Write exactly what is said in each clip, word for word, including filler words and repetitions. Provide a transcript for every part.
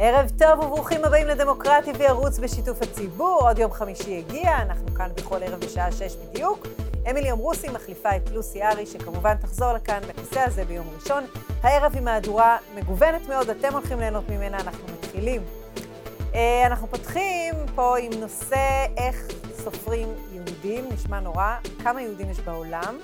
ערב טוב וברוכים הבאים לדמוקרט טי וי ערוץ בשיתוף הציבור. עוד יום חמישי הגיע, אנחנו כאן בכל ערב בשעה שש בדיוק. אמילי אמרוסי מחליפה את לוסי ארי, שכמובן תחזור לכאן בכיסא הזה ביום ראשון. הערב היא מהדורה מגוונת מאוד, אתם הולכים ליהנות ממנה, אנחנו מתחילים. אנחנו פותחים פה עם נושא איך סופרים יהודים, נשמע נורא, כמה יהודים יש בעולם.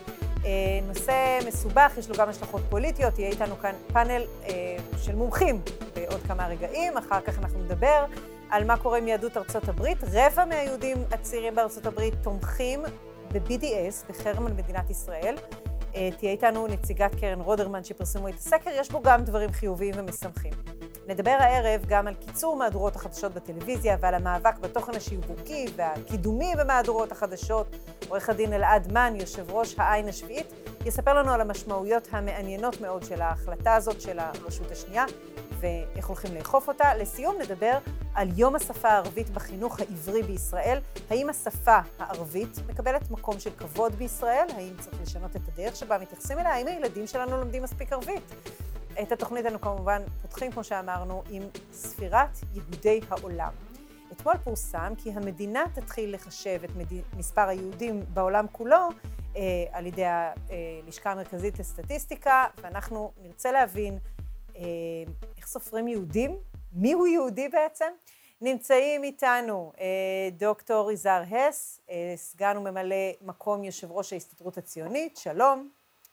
נושא מסובך, יש לו גם השלכות פוליטיות, יהיה איתנו כאן פאנל של מומחים בעוד כמה רגעים, אחר כך אנחנו נדבר על מה קורה עם יהדות ארצות הברית. רבע מהיהודים הצעירים בארצות הברית תומכים ב-בי די אס, בחרם על מדינת ישראל. תהיה איתנו נציגת קרן רודרמן שפרסמו את הסקר, יש בו גם דברים חיוביים ומשמחים. נדבר הערב גם על קיצור מהדורות החדשות בטלוויזיה ועל המאבק בתוכן השיווקי והקידומי במהדורות החדשות. עורך הדין אלעד מן, יושב ראש העין השביעית, יספר לנו על המשמעויות המעניינות מאוד של ההחלטה הזאת של הרשות השנייה ואיך הולכים לאכוף אותה. לסיום נדבר על יום השפה הערבית בחינוך העברי בישראל. האם השפה הערבית מקבלת מקום של כבוד בישראל? האם צריך לשנות את הדרך שבה מתייחסים אליה? האם הילדים שלנו לומדים מספיק ערבית? את התוכנית אנו כמובן פותחים, כמו שאמרנו, עם ספירת יהודי העולם. אתמול פורסם כי המדינה תתחיל לחשב את מד... מספר היהודים בעולם כולו אה, על ידי הלשכה המרכזית לסטטיסטיקה, ואנחנו נרצה להבין אה, איך סופרים יהודים, מי הוא יהודי בעצם. נמצאים איתנו אה, דוקטור יזהר הס, אה, סגן וממלא מקום יושב ראש ההסתדרות הציונית, שלום.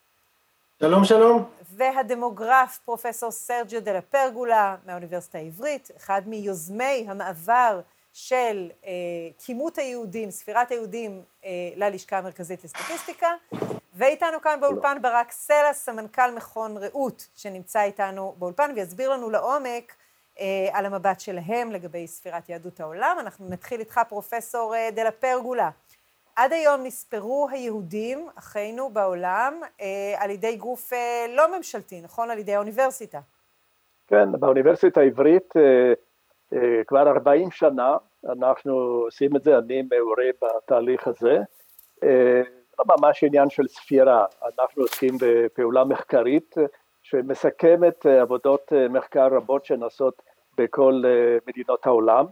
שלום, שלום. והדמוגרף פרופסור סרג'יו דה לה פרגולה מהאוניברסיטה העברית, אחד מיוזמי המעבר של אה, כימות היהודים, ספירת היהודים אה, ללשכה המרכזית לסטטיסטיקה, ואיתנו כאן באולפן ברק סלע, סמנכ"ל מכון רעות, שנמצא איתנו באולפן ויסביר לנו לעומק אה, על המבט שלהם לגבי ספירת יהדות העולם. אנחנו נתחיל איתך פרופסור אה, דה לה פרגולה. עד היום נספרו היהודים, אחינו בעולם, אה, על ידי גוף אה, לא ממשלתי, נכון? על ידי האוניברסיטה. כן, באוניברסיטה העברית אה, אה, כבר ארבעים שנה, אנחנו עושים את זה, אני מעורה בתהליך הזה. אה, לא ממש עניין של ספירה, אנחנו עוסקים בפעולה מחקרית, שמסכמת עבודות מחקר רבות שנעשות בכל אה, מדינות העולם.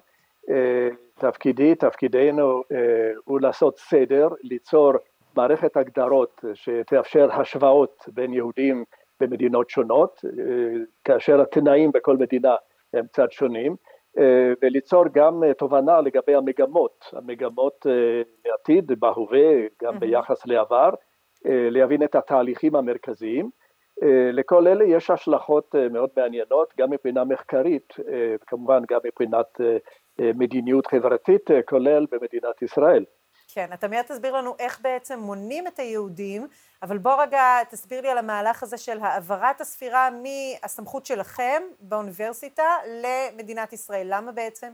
תפקידי, תפקידנו הוא לעשות סדר, ליצור מערכת הגדרות שתאפשר השוואות בין יהודים במדינות שונות, כאשר התנאים בכל מדינה הם קצת שונים, וליצור גם תובנה לגבי המגמות, המגמות לעתיד, בהווה, גם ביחס לעבר, להבין את התהליכים המרכזיים. לכל אלה יש השלכות מאוד מעניינות, גם מבחינה מחקרית, כמובן גם מבחינת מדיניות חברתית, כולל במדינת ישראל. כן, אתה מיד תסביר לנו איך בעצם מונים את היהודים, אבל בוא רגע תסביר לי על המהלך הזה של העברת הספירה מהסמכות שלכם באוניברסיטה למדינת ישראל. למה בעצם?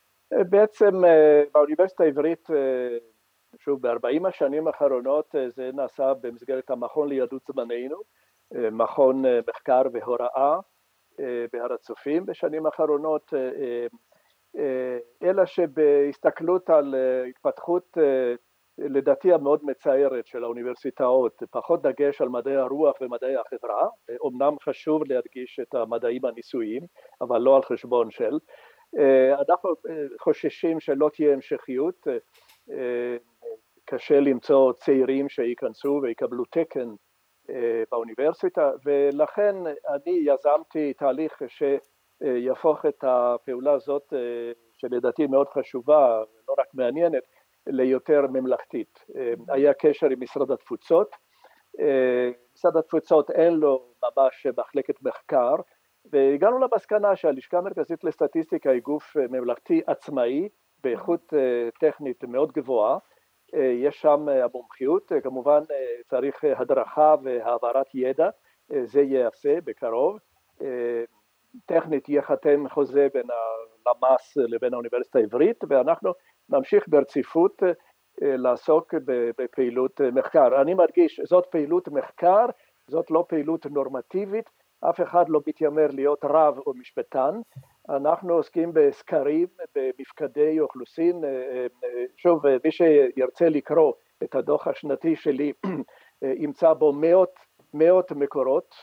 בעצם באוניברסיטה העברית, שוב, ב-ארבעים השנים האחרונות זה נעשה במסגרת המכון ליהדות זמננו, מכון מחקר והוראה בהר הצופים בשנים האחרונות, אלא שבהסתכלות על התפתחות לדעתי המאוד מצערת של האוניברסיטאות, פחות דגש על מדעי הרוח ומדעי החברה, אמנם חשוב להדגיש את המדעים הניסויים, אבל לא על חשבון של. אנחנו חוששים שלא תהיה המשכיות, קשה למצוא צעירים שיכנסו ויקבלו תקן באוניברסיטה, ולכן אני יזמתי תהליך שיהפוך את הפעולה הזאת, שלדעתי מאוד חשובה, לא רק מעניינת, ליותר ממלכתית. היה קשר עם משרד התפוצות, משרד התפוצות אין לו ממש מחלקת מחקר, והגענו למסקנה שהלשכה המרכזית לסטטיסטיקה היא גוף ממלכתי עצמאי, באיכות טכנית מאוד גבוהה, יש שם המומחיות, כמובן צריך הדרכה והעברת ידע, זה ייעשה בקרוב. טכנית ייחתם חוזה בין הלמ"ס לבין האוניברסיטה העברית, ואנחנו נמשיך ברציפות לעסוק בפעילות מחקר. אני מדגיש, זאת פעילות מחקר, זאת לא פעילות נורמטיבית, אף אחד לא מתיימר להיות רב או משפטן, אנחנו עוסקים בסקרים, במפקדי אוכלוסין, שוב, מי שירצה לקרוא את הדוח השנתי שלי, ימצא בו מאות, מאות מקורות,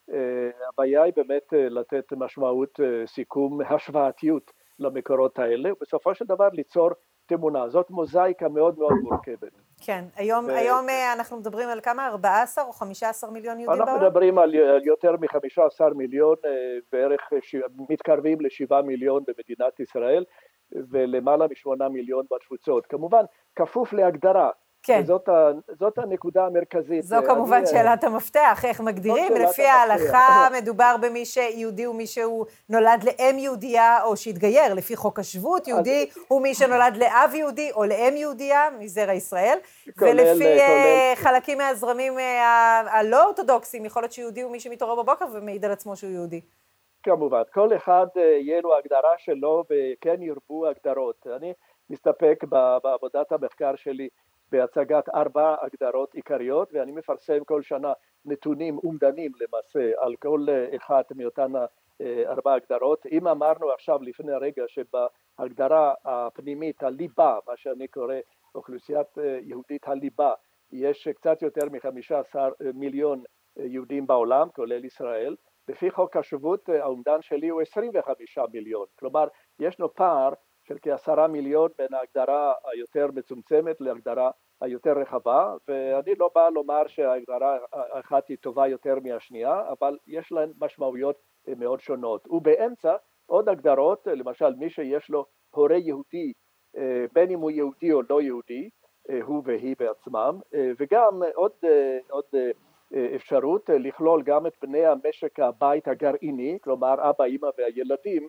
הבעיה היא באמת לתת משמעות סיכום השוואתיות למקורות האלה, ובסופו של דבר ליצור תמונה. זאת מוזאיקה מאוד מאוד מורכבת. כן, היום, ו... היום אנחנו מדברים על כמה? ארבעה עשר או חמישה עשר מיליון יהודים בעולם? אנחנו מדברים על יותר מ-חמישה עשר מיליון, בערך ש... מתקרבים לשבעה מיליון במדינת ישראל, ולמעלה משמונה מיליון בתפוצות. כמובן, כפוף להגדרה. כן. וזאת ה... זאת הנקודה המרכזית. זו כמובן אני... שאלת המפתח, איך מגדירים? לפי ההלכה מדובר במי שיהודי הוא מי שהוא נולד לאם יהודייה או שהתגייר, לפי חוק השבות, יהודי אז... הוא מי שנולד לאב יהודי או לאם יהודייה מזרע ישראל, כולל, ולפי כולל... חלקים מהזרמים הלא אורתודוקסיים, יכול להיות שיהודי הוא מי שמתעורר בבוקר ומעיד על עצמו שהוא יהודי. כמובן, כל אחד יהיה לו הגדרה שלו וכן ירבו הגדרות. אני מסתפק בעבודת המחקר שלי בהצגת ארבע הגדרות עיקריות, ואני מפרסם כל שנה נתונים אומדנים למעשה על כל אחת מאותן ארבע הגדרות. אם אמרנו עכשיו לפני הרגע שבהגדרה הפנימית, הליבה, מה שאני קורא אוכלוסיית יהודית הליבה, יש קצת יותר מ-חמישה עשר מיליון יהודים בעולם, כולל ישראל, לפי חוק השבות האומדן שלי הוא עשרים וחמישה מיליון, כלומר ישנו פער של כעשרה מיליון בין ההגדרה היותר מצומצמת להגדרה היותר רחבה, ואני לא בא לומר שההגדרה האחת היא טובה יותר מהשנייה, אבל יש להן משמעויות מאוד שונות. ובאמצע עוד הגדרות, למשל מי שיש לו הורה יהודי, בין אם הוא יהודי או לא יהודי, הוא והיא בעצמם, וגם עוד, עוד אפשרות לכלול גם את בני המשק הבית הגרעיני, כלומר אבא, אמא והילדים,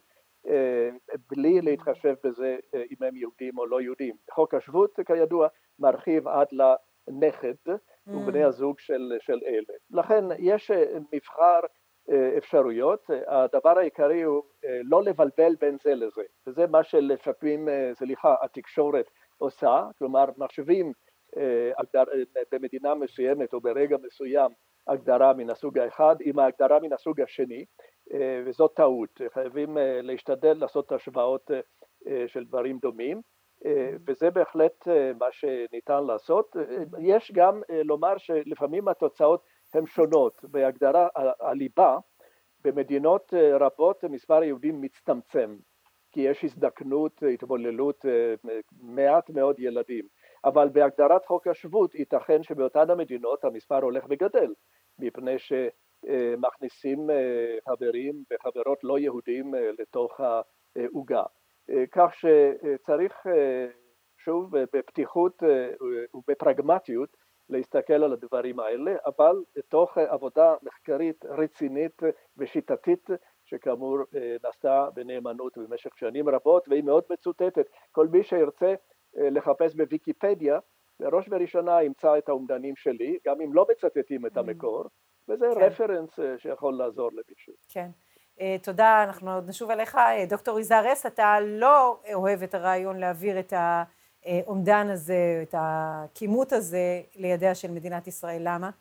בלי להתחשב בזה אם הם יהודים או לא יהודים. חוק השבות כידוע מרחיב עד לנכד mm. ובני הזוג של, של אלה. לכן יש מבחר אפשרויות. הדבר העיקרי הוא לא לבלבל בין זה לזה, וזה מה שלפעמים, סליחה, התקשורת עושה, כלומר מחשבים הגדר, במדינה מסוימת או ברגע מסוים הגדרה מן הסוג האחד עם ההגדרה מן הסוג השני, וזאת טעות. חייבים להשתדל לעשות השוואות של דברים דומים, וזה בהחלט מה שניתן לעשות. יש גם לומר שלפעמים התוצאות הן שונות. בהגדרה הליבה, במדינות רבות מספר היהודים מצטמצם, כי יש הזדקנות, התבוללות, מעט מאוד ילדים. אבל בהגדרת חוק השבות ייתכן שבאותן המדינות המספר הולך וגדל, מפני שמכניסים חברים וחברות לא יהודים לתוך העוגה. כך שצריך שוב בפתיחות ובפרגמטיות להסתכל על הדברים האלה, אבל תוך עבודה מחקרית רצינית ושיטתית, שכאמור נעשתה בנאמנות במשך שנים רבות, והיא מאוד מצוטטת. כל מי שירצה לחפש בוויקיפדיה, בראש וראשונה ימצא את האומדנים שלי, גם אם לא מצטטים את המקור, וזה כן. רפרנס שיכול לעזור למישהו. כן. תודה, אנחנו עוד נשוב אליך. דוקטור יזהר הס, אתה לא אוהב את הרעיון להעביר את האומדן הזה, את הכימות הזה, לידיה של מדינת ישראל. למה?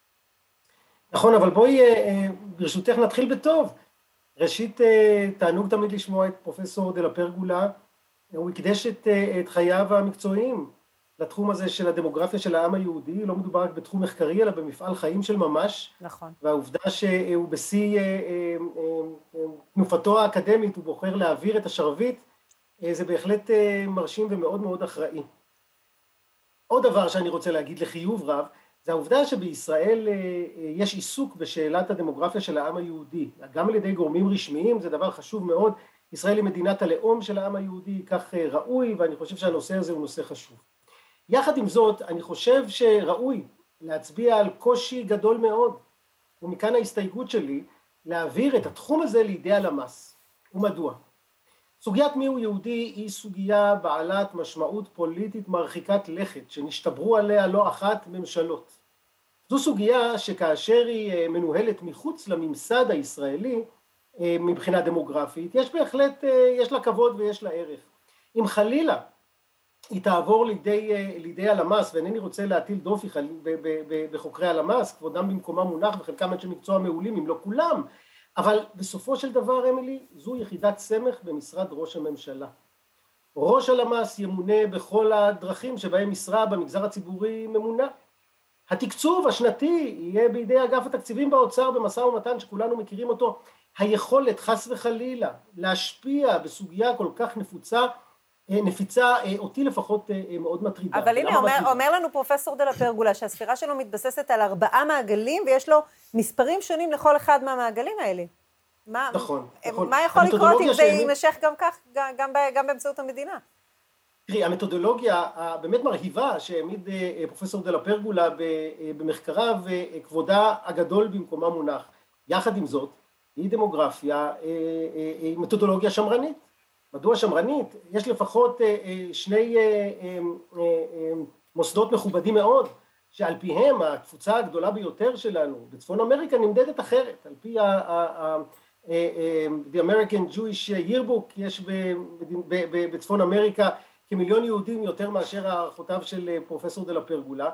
נכון, אבל בואי, ברשותך נתחיל בטוב. ראשית, תענוג תמיד לשמוע את פרופסור דלה פרגולה, הוא הקדש את, את חייו המקצועיים לתחום הזה של הדמוגרפיה של העם היהודי, לא מדובר רק בתחום מחקרי, אלא במפעל חיים של ממש. נכון. והעובדה שהוא בשיא תנופתו האקדמית, הוא בוחר להעביר את השרביט, זה בהחלט מרשים ומאוד מאוד אחראי. עוד דבר שאני רוצה להגיד לחיוב רב, זה העובדה שבישראל יש עיסוק בשאלת הדמוגרפיה של העם היהודי, גם על ידי גורמים רשמיים, זה דבר חשוב מאוד. ישראל היא מדינת הלאום של העם היהודי, כך ראוי, ואני חושב שהנושא הזה הוא נושא חשוב. יחד עם זאת, אני חושב שראוי להצביע על קושי גדול מאוד, ומכאן ההסתייגות שלי, להעביר את התחום הזה לידי הלמ"ס. ומדוע? סוגיית מיהו יהודי היא סוגיה בעלת משמעות פוליטית מרחיקת לכת, שנשתברו עליה לא אחת ממשלות. זו סוגיה שכאשר היא מנוהלת מחוץ לממסד הישראלי, מבחינה דמוגרפית, יש בהחלט, יש לה כבוד ויש לה ערך. אם חלילה היא תעבור לידי, לידי הלמ"ס, ואינני רוצה להטיל דופי בחוקרי הלמ"ס, כבודם במקומם מונח וחלקם אנשי מקצוע מעולים, אם לא כולם, אבל בסופו של דבר, אמילי, זו יחידת סמך במשרד ראש הממשלה. ראש הלמ"ס ימונה בכל הדרכים שבהם משרה במגזר הציבורי ממונה. התקצוב השנתי יהיה בידי אגף התקציבים באוצר במשא ומתן שכולנו מכירים אותו. היכולת חס וחלילה להשפיע בסוגיה כל כך נפוצה, נפיצה, אותי לפחות מאוד מטרידה. אבל הנה, אומר, אומר לנו פרופסור דלה פרגולה שהספירה שלו מתבססת על ארבעה מעגלים, ויש לו מספרים שונים לכל אחד מהמעגלים האלה. מה, נכון, נכון. מה יכול לקרות אם זה יימשך גם כך, גם, גם באמצעות המדינה? תראי, המתודולוגיה הבאמת מרהיבה שהעמיד פרופסור דלה פרגולה במחקריו, כבודה הגדול במקומה מונח. יחד עם זאת, היא דמוגרפיה, מתודולוגיה שמרנית. מדוע שמרנית? יש לפחות שני מוסדות מכובדים מאוד, שעל פיהם התפוצה הגדולה ביותר שלנו בצפון אמריקה נמדדת אחרת. על פי The American Jewish Yearbook יש בצפון אמריקה כמיליון יהודים יותר מאשר הערכותיו של פרופסור דלה פרגולה,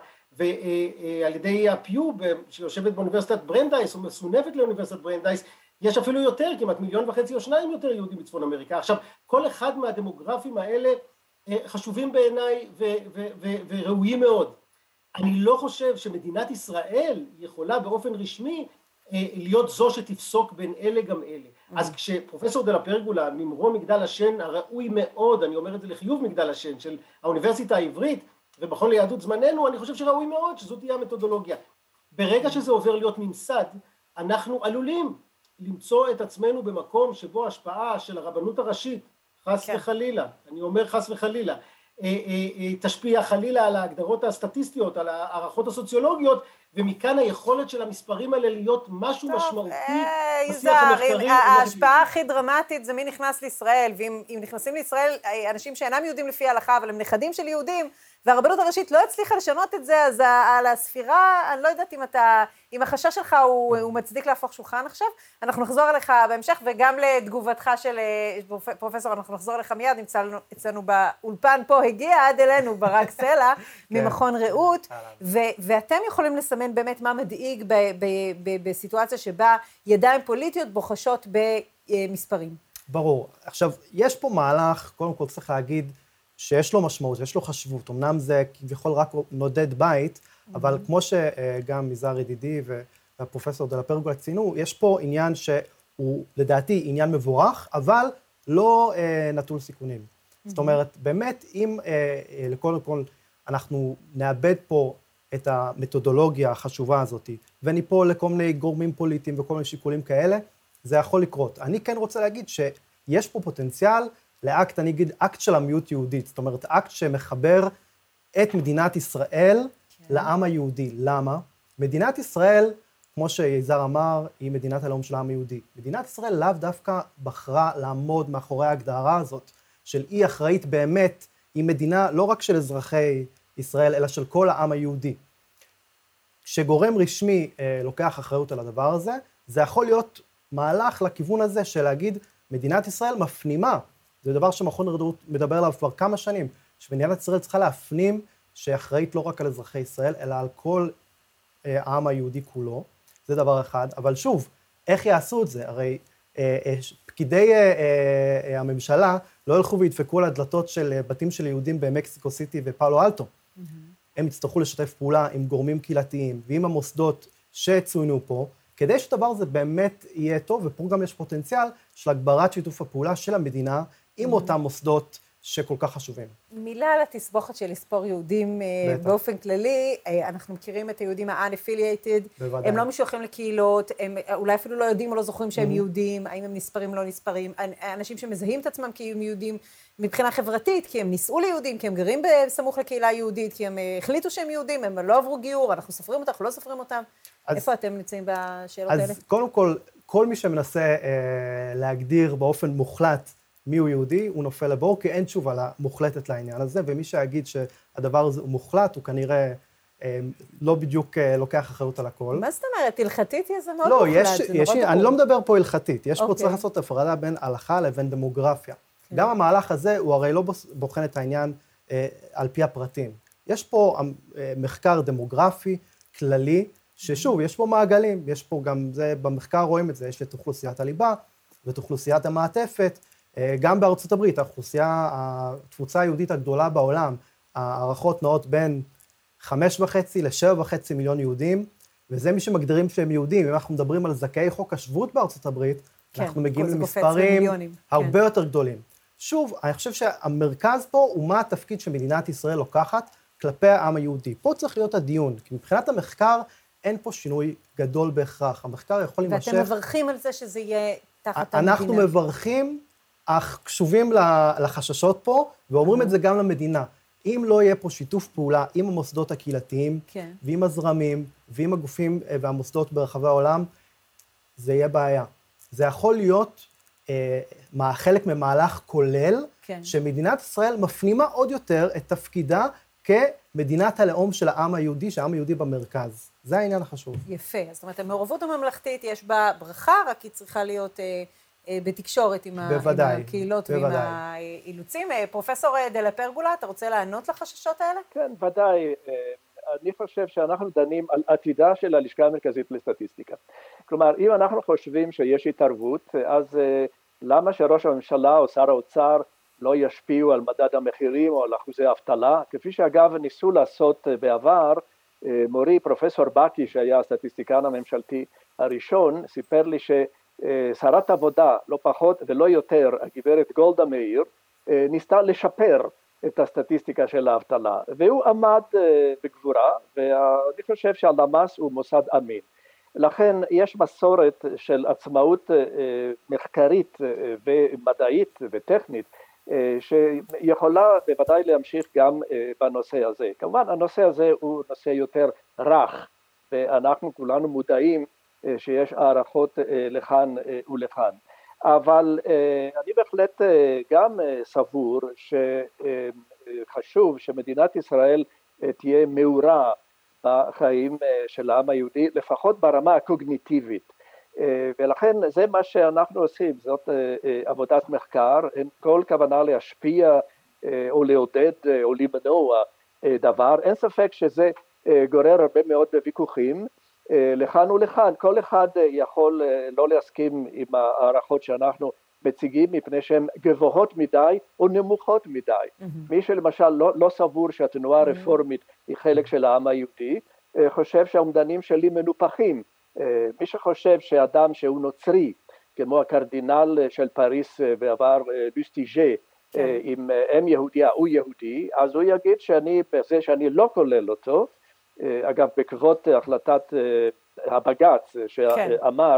ועל ידי הפיו שיושבת באוניברסיטת ברנדייס או מסונפת לאוניברסיטת ברנדייס, יש אפילו יותר, כמעט מיליון וחצי או שניים יותר יהודים בצפון אמריקה. עכשיו, כל אחד מהדמוגרפים האלה חשובים בעיניי וראויים מאוד. אני לא חושב שמדינת ישראל יכולה באופן רשמי להיות זו שתפסוק בין אלה גם אלה. אז כשפרופסור דלה פרגולה, ממרום מגדל השן הראוי מאוד, אני אומר את זה לחיוב מגדל השן, של האוניברסיטה העברית ומכון ליהדות זמננו, אני חושב שראוי מאוד שזאת תהיה המתודולוגיה. ברגע שזה עובר להיות ממסד, אנחנו עלולים למצוא את עצמנו במקום שבו ההשפעה של הרבנות הראשית, חס כן. וחלילה, אני אומר חס וחלילה, תשפיע חלילה על ההגדרות הסטטיסטיות, על הערכות הסוציולוגיות, ומכאן היכולת של המספרים האלה להיות משהו טוב, משמעותי. יזהר, ההשפעה הכי דרמטית זה מי נכנס לישראל, ואם נכנסים לישראל אנשים שאינם יהודים לפי ההלכה, אבל הם נכדים של יהודים, והרבנות הראשית לא הצליחה לשנות את זה, אז על הספירה, אני לא יודעת אם אתה, אם החשש שלך הוא, הוא מצדיק להפוך שולחן עכשיו, אנחנו נחזור אליך בהמשך, וגם לתגובתך של פרופסור, אנחנו נחזור אליך מיד, נמצא אצלנו באולפן פה, הגיע עד אלינו ברק סלע, ממכון רעות, ו- ואתם יכולים לסמן באמת מה מדאיג ב- ב- ב- בסיטואציה שבה ידיים פוליטיות בוחשות במספרים. ברור. עכשיו, יש פה מהלך, קודם כל צריך להגיד, שיש לו משמעות, יש לו חשיבות, אמנם זה כביכול רק נודד בית, אבל כמו שגם יזהר ידידי והפרופסור דלה פרגולה ציינו, יש פה עניין שהוא לדעתי עניין מבורך, אבל לא נטול סיכונים. זאת אומרת, באמת, אם לכל כל אנחנו נאבד פה את המתודולוגיה החשובה הזאת, וניפול לכל מיני גורמים פוליטיים וכל מיני שיקולים כאלה, זה יכול לקרות. אני כן רוצה להגיד שיש פה פוטנציאל לאקט, אני אגיד, אקט של עמיות יהודית, זאת אומרת, אקט שמחבר את מדינת ישראל כן. לעם היהודי. למה? מדינת ישראל, כמו שיזהר אמר, היא מדינת הלאום של העם היהודי. מדינת ישראל לאו דווקא בחרה לעמוד מאחורי ההגדרה הזאת, של אי אחראית באמת, היא מדינה לא רק של אזרחי ישראל, אלא של כל העם היהודי. כשגורם רשמי אה, לוקח אחריות על הדבר הזה, זה יכול להיות מהלך לכיוון הזה של להגיד, מדינת ישראל מפנימה, זה דבר שמכון רעות מדבר עליו כבר כמה שנים, שמדינת ישראל צריכה להפנים שאחראית לא רק על אזרחי ישראל, אלא על כל אה, העם היהודי כולו, זה דבר אחד, אבל שוב, איך יעשו את זה? הרי אה, אה, פקידי אה, אה, הממשלה לא ילכו וידפקו על הדלתות של אה, בתים של יהודים במקסיקו סיטי ופאלו אלטו. Mm-hmm. הם יצטרכו לשתף פעולה עם גורמים קהילתיים ועם המוסדות שצוינו פה, כדי שדבר הזה באמת יהיה טוב, ופה גם יש פוטנציאל של הגברת שיתוף הפעולה של המדינה עם mm-hmm. אותם מוסדות שכל כך חשובים. מילה על התסבוכת של לספור יהודים בטח. באופן כללי, אנחנו מכירים את היהודים ה-unaffiliated, הם לא משייכים לקהילות, הם אולי אפילו לא יודעים או לא זוכרים שהם mm-hmm. יהודים, האם הם נספרים או לא נספרים, אנשים שמזהים את עצמם כי הם יהודים מבחינה חברתית, כי הם נישאו ליהודים, כי הם גרים בסמוך לקהילה יהודית, כי הם החליטו שהם יהודים, הם לא עברו גיור, אנחנו סופרים אותם, אנחנו לא סופרים אותם. אז, איפה אתם נמצאים בשאלות אז האלה? אז קודם כל, כל מי שמנסה אה, להגדיר באופן מוחלט מי הוא יהודי, הוא נופל לבור, כי אין תשובה מוחלטת לעניין הזה, ומי שיגיד שהדבר הזה הוא מוחלט, הוא כנראה אה, לא בדיוק אה, לוקח אחריות על הכל. מה זאת אומרת? הלכתית זה מאוד לא, מוחלט, יש, זה יש, נורא אני ברור. לא מדבר פה הלכתית, יש אוקיי. פה צריך לעשות הפרדה בין הלכה לבין דמוגרפיה. כן. גם המהלך הזה הוא הרי לא בוחן את העניין אה, על פי הפרטים. יש פה אה, מחקר דמוגרפי כללי, ששוב, יש פה מעגלים, יש פה גם, זה, במחקר רואים את זה, יש את אוכלוסיית הליבה, ואת אוכלוסיית המעטפת, גם בארצות הברית, האוכלוסייה, התפוצה היהודית הגדולה בעולם, הערכות נעות בין חמש וחצי לשבע וחצי מיליון יהודים, וזה מי שמגדירים שהם יהודים. אם אנחנו מדברים על זכאי חוק השבות בארצות הברית, כן, אנחנו מגיעים למספרים הרבה כן. יותר גדולים. שוב, אני חושב שהמרכז פה הוא מה התפקיד שמדינת ישראל לוקחת כלפי העם היהודי. פה צריך להיות הדיון, כי מבחינת המחקר אין פה שינוי גדול בהכרח. המחקר יכול להימשך... ואתם מברכים על זה שזה יהיה תחת המדינה. אנחנו מברכים, אך קשובים לחששות פה, ואומרים את זה גם למדינה. אם לא יהיה פה שיתוף פעולה עם המוסדות הקהילתיים, כן. ועם הזרמים, ועם הגופים והמוסדות ברחבי העולם, זה יהיה בעיה. זה יכול להיות אה, חלק ממהלך כולל, כן. שמדינת ישראל מפנימה עוד יותר את תפקידה כמדינת הלאום של העם היהודי, שהעם היהודי במרכז. זה העניין החשוב. יפה. זאת אומרת, המעורבות הממלכתית יש בה ברכה, רק היא צריכה להיות... אה, בתקשורת עם, בוודאי, עם הקהילות בוודאי. ועם האילוצים. פרופסור דלה פרגולה, אתה רוצה לענות לחששות האלה? כן, ודאי. אני חושב שאנחנו דנים על עתידה של הלשכה המרכזית לסטטיסטיקה. כלומר, אם אנחנו חושבים שיש התערבות, אז למה שראש הממשלה או שר האוצר לא ישפיעו על מדד המחירים או על אחוזי האבטלה? כפי שאגב ניסו לעשות בעבר, מורי פרופסור בקי, שהיה הסטטיסטיקן הממשלתי הראשון, סיפר לי ש... שרת עבודה, לא פחות ולא יותר, הגברת גולדה מאיר, ניסתה לשפר את הסטטיסטיקה של האבטלה, והוא עמד בגבורה, ואני חושב שהלמ"ס הוא מוסד אמין. לכן יש מסורת של עצמאות מחקרית ומדעית וטכנית, שיכולה בוודאי להמשיך גם בנושא הזה. כמובן, הנושא הזה הוא נושא יותר רך, ואנחנו כולנו מודעים שיש הערכות לכאן ולכאן. אבל אני בהחלט גם סבור שחשוב שמדינת ישראל תהיה מאורה בחיים של העם היהודי, לפחות ברמה הקוגניטיבית. ולכן זה מה שאנחנו עושים, זאת עבודת מחקר, אין כל כוונה להשפיע או לעודד או למנוע דבר. אין ספק שזה גורר הרבה מאוד ויכוחים, לכאן ולכאן. כל אחד יכול לא להסכים עם הערכות שאנחנו מציגים, מפני שהן גבוהות מדי או נמוכות מדי. Mm-hmm. מי שלמשל לא, לא סבור שהתנועה הרפורמית mm-hmm. היא חלק של העם היהודי, חושב שהאומדנים שלי מנופחים. מי שחושב שאדם שהוא נוצרי, כמו הקרדינל של פריס בעבר לוסטיג'ה, okay. עם אם יהודיה הוא יהודי, אז הוא יגיד שאני, בזה שאני לא כולל אותו, אגב, בעקבות החלטת הבג"ץ שאמר,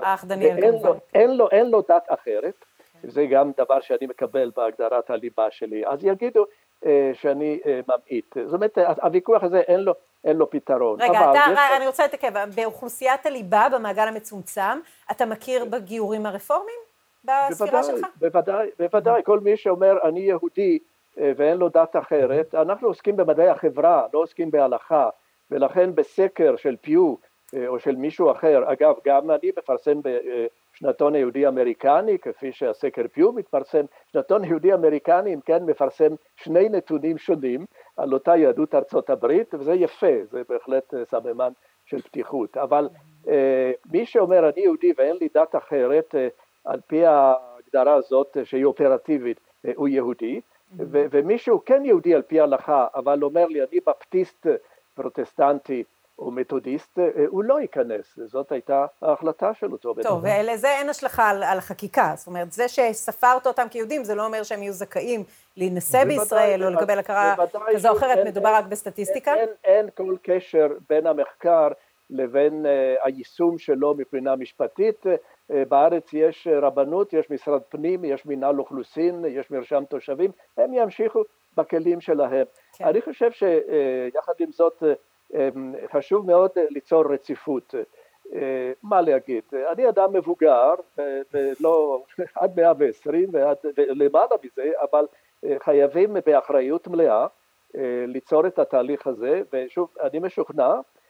אין לו דת אחרת, זה גם דבר שאני מקבל בהגדרת הליבה שלי, אז יגידו שאני ממעיט. זאת אומרת, הוויכוח הזה אין לו פתרון. רגע, אני רוצה לתקן, באוכלוסיית הליבה, במעגל המצומצם, אתה מכיר בגיורים הרפורמיים בספירה שלך? בוודאי, בוודאי. כל מי שאומר אני יהודי ואין לו דת אחרת, אנחנו עוסקים במדעי החברה, לא עוסקים בהלכה. ולכן בסקר של פיו או של מישהו אחר, אגב גם אני מפרסם בשנתון היהודי אמריקני, כפי שהסקר פיו מתפרסם, שנתון יהודי אמריקני אם כן מפרסם שני נתונים שונים על אותה יהדות ארצות הברית, וזה יפה, זה בהחלט סממן של פתיחות. אבל מי שאומר אני יהודי ואין לי דת אחרת, על פי ההגדרה הזאת שהיא אופרטיבית, הוא יהודי, ו- ומישהו כן יהודי על פי ההלכה, אבל אומר לי אני בפטיסט פרוטסטנטי או מתודיסט, הוא לא ייכנס. זאת הייתה ההחלטה של אותו. טוב, ולזה אין השלכה על, על החקיקה. זאת אומרת, זה שספרת אותם כיהודים, זה לא אומר שהם יהיו זכאים להינשא בישראל או לקבל הכרה כזו או אחרת, מדובר רק בסטטיסטיקה? אין, אין כל קשר בין המחקר לבין היישום שלו מבחינה משפטית. בארץ יש רבנות, יש משרד פנים, יש מינהל אוכלוסין, יש מרשם תושבים, הם ימשיכו בכלים שלהם. כן. אני חושב שיחד עם זאת חשוב מאוד ליצור רציפות. מה להגיד? אני אדם מבוגר, ולא עד מאה ועשרים ולמעלה מזה, אבל חייבים באחריות מלאה ליצור את התהליך הזה, ושוב, אני משוכנע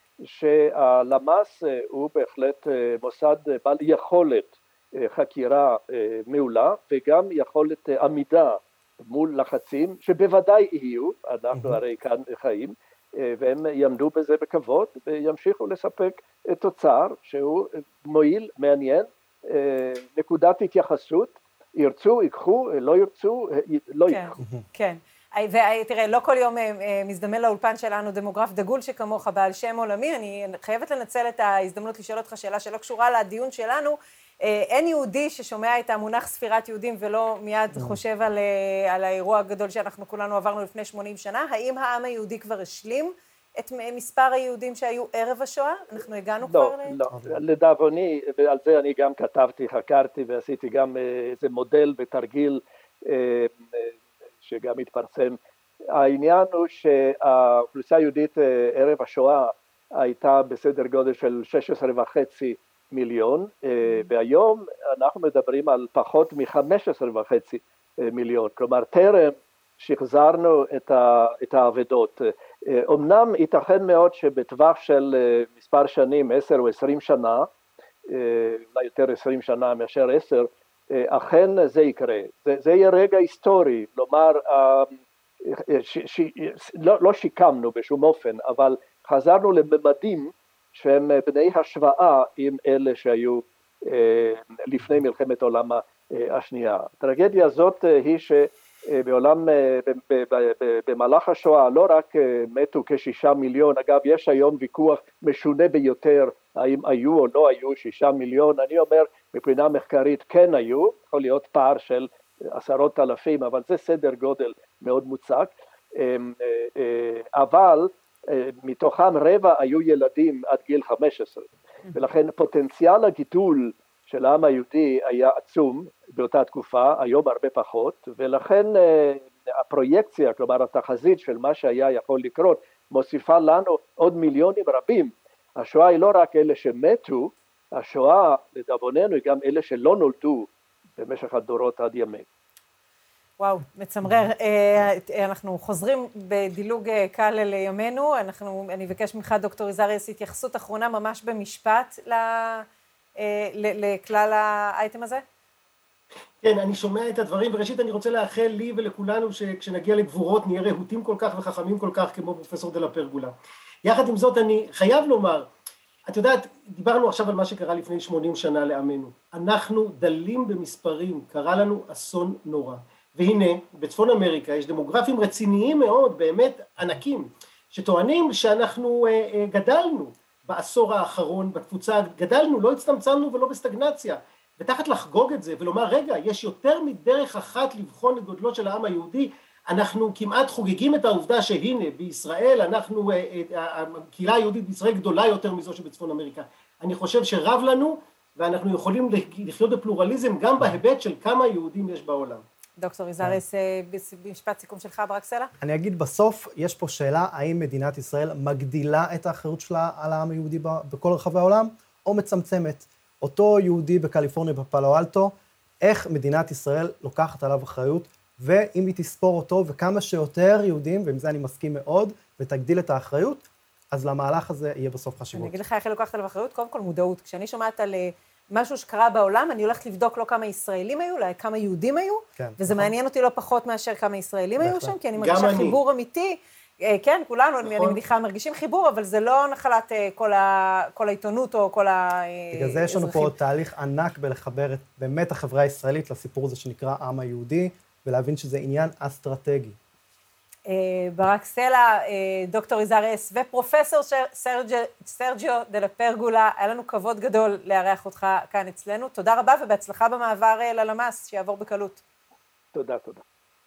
שהלמ"ס הוא בהחלט מוסד בעל יכולת חקירה מעולה, וגם יכולת עמידה מול לחצים שבוודאי יהיו, אנחנו הרי כאן חיים, והם יעמדו בזה בכבוד וימשיכו לספק תוצר שהוא מועיל, מעניין, נקודת התייחסות, ירצו, ייקחו, לא ירצו, לא ייקחו. כן. ותראה, לא כל יום מזדמן לאולפן שלנו דמוגרף דגול שכמוך בעל שם עולמי, אני חייבת לנצל את ההזדמנות לשאול אותך שאלה שלא קשורה לדיון שלנו, אין יהודי ששומע את המונח ספירת יהודים ולא מיד חושב על, על האירוע הגדול שאנחנו כולנו עברנו לפני שמונים שנה, האם העם היהודי כבר השלים את מספר היהודים שהיו ערב השואה? אנחנו הגענו לא, כבר? לא, לא. לדאבוני, ועל זה אני גם כתבתי, חקרתי ועשיתי גם איזה מודל ותרגיל שגם התפרסם. העניין הוא שהאוכלוסייה היהודית ערב השואה הייתה בסדר גודל של שש עשרה וחצי מיליון, והיום אנחנו מדברים על פחות מ-חמש עשרה וחצי מיליון, כלומר טרם שחזרנו את העבודות. אמנם ייתכן מאוד שבטווח של מספר שנים, עשר או עשרים שנה, אולי יותר עשרים שנה מאשר עשר, אכן זה יקרה. זה, זה יהיה רגע היסטורי, לומר, ש, ש, לא, לא שיקמנו בשום אופן, אבל חזרנו לממדים שהם בני השוואה עם אלה שהיו לפני מלחמת העולם השנייה. הטרגדיה הזאת היא שבעולם, במהלך השואה לא רק מתו כשישה מיליון, אגב יש היום ויכוח משונה ביותר האם היו או לא היו שישה מיליון, אני אומר מבחינה מחקרית כן היו, יכול להיות פער של עשרות אלפים, אבל זה סדר גודל מאוד מוצק, אבל מתוכם רבע היו ילדים עד גיל חמש עשרה, ולכן פוטנציאל הגידול של העם היהודי היה עצום באותה תקופה, היום הרבה פחות, ולכן הפרויקציה, כלומר התחזית של מה שהיה יכול לקרות, מוסיפה לנו עוד מיליונים רבים. השואה היא לא רק אלה שמתו, השואה לדאבוננו היא גם אלה שלא נולדו במשך הדורות עד ימינו. וואו, מצמרר. אנחנו חוזרים בדילוג קל לימינו, אנחנו, אני אבקש ממך דוקטור איזריאס התייחסות אחרונה ממש במשפט לכלל האייטם הזה. כן, אני שומע את הדברים, וראשית אני רוצה לאחל לי ולכולנו שכשנגיע לגבורות נהיה רהוטים כל כך וחכמים כל כך כמו פרופסור דה לה פרגולה. יחד עם זאת אני חייב לומר, את יודעת, דיברנו עכשיו על מה שקרה לפני שמונים שנה לעמנו. אנחנו דלים במספרים, קרה לנו אסון נורא. והנה, בצפון אמריקה יש דמוגרפים רציניים מאוד, באמת ענקים, שטוענים שאנחנו גדלנו בעשור האחרון, בתפוצה, גדלנו, לא הצטמצמנו ולא בסטגנציה. ותחת לחגוג את זה ולומר, רגע, יש יותר מדרך אחת לבחון את גודלו של העם היהודי, אנחנו כמעט חוגגים את העובדה שהנה, בישראל, אנחנו, הקהילה היהודית בישראל גדולה יותר מזו שבצפון אמריקה. אני חושב שרב לנו, ואנחנו יכולים לחיות בפלורליזם גם בהיבט של כמה יהודים יש בעולם. דוקטור איזריאס, במשפט סיכום שלך, ברק סלע? אני אגיד, בסוף יש פה שאלה, האם מדינת ישראל מגדילה את האחריות שלה על העם היהודי בכל רחבי העולם, או מצמצמת? אותו יהודי בקליפורניה, בפאלו אלטו, איך מדינת ישראל לוקחת עליו אחריות, ואם היא תספור אותו, וכמה שיותר יהודים, ועם זה אני מסכים מאוד, ותגדיל את האחריות, אז למהלך הזה יהיה בסוף חשיבות. אני אגיד לך איך היא לוקחת עליו אחריות, קודם כל מודעות. כשאני שומעת על משהו שקרה בעולם, אני הולכת לבדוק לא כמה ישראלים היו, אלא כמה יהודים היו, כן, וזה נכון. מעניין אותי לא פחות מאשר כמה ישראלים היו שם, כי אני מרגישה חיבור אמיתי, כן, כולנו, נכון. אני מניחה, מרגישים חיבור, אבל זה לא נחלת כל, ה, כל העיתונות או כל האזרחים. בגלל זה יש לנו פה תהליך ענק בלחבר את באמת החברה הישראלית לסיפור הזה שנקרא העם היהודי, ולהבין שזה עניין אסטרטגי. ברק סלע, דוקטור איזריאס ופרופסור סרג'יו דה לה פרגולה, היה לנו כבוד גדול לארח אותך כאן אצלנו. תודה רבה ובהצלחה במעבר ללמ"ס, שיעבור בקלות. תודה, תודה.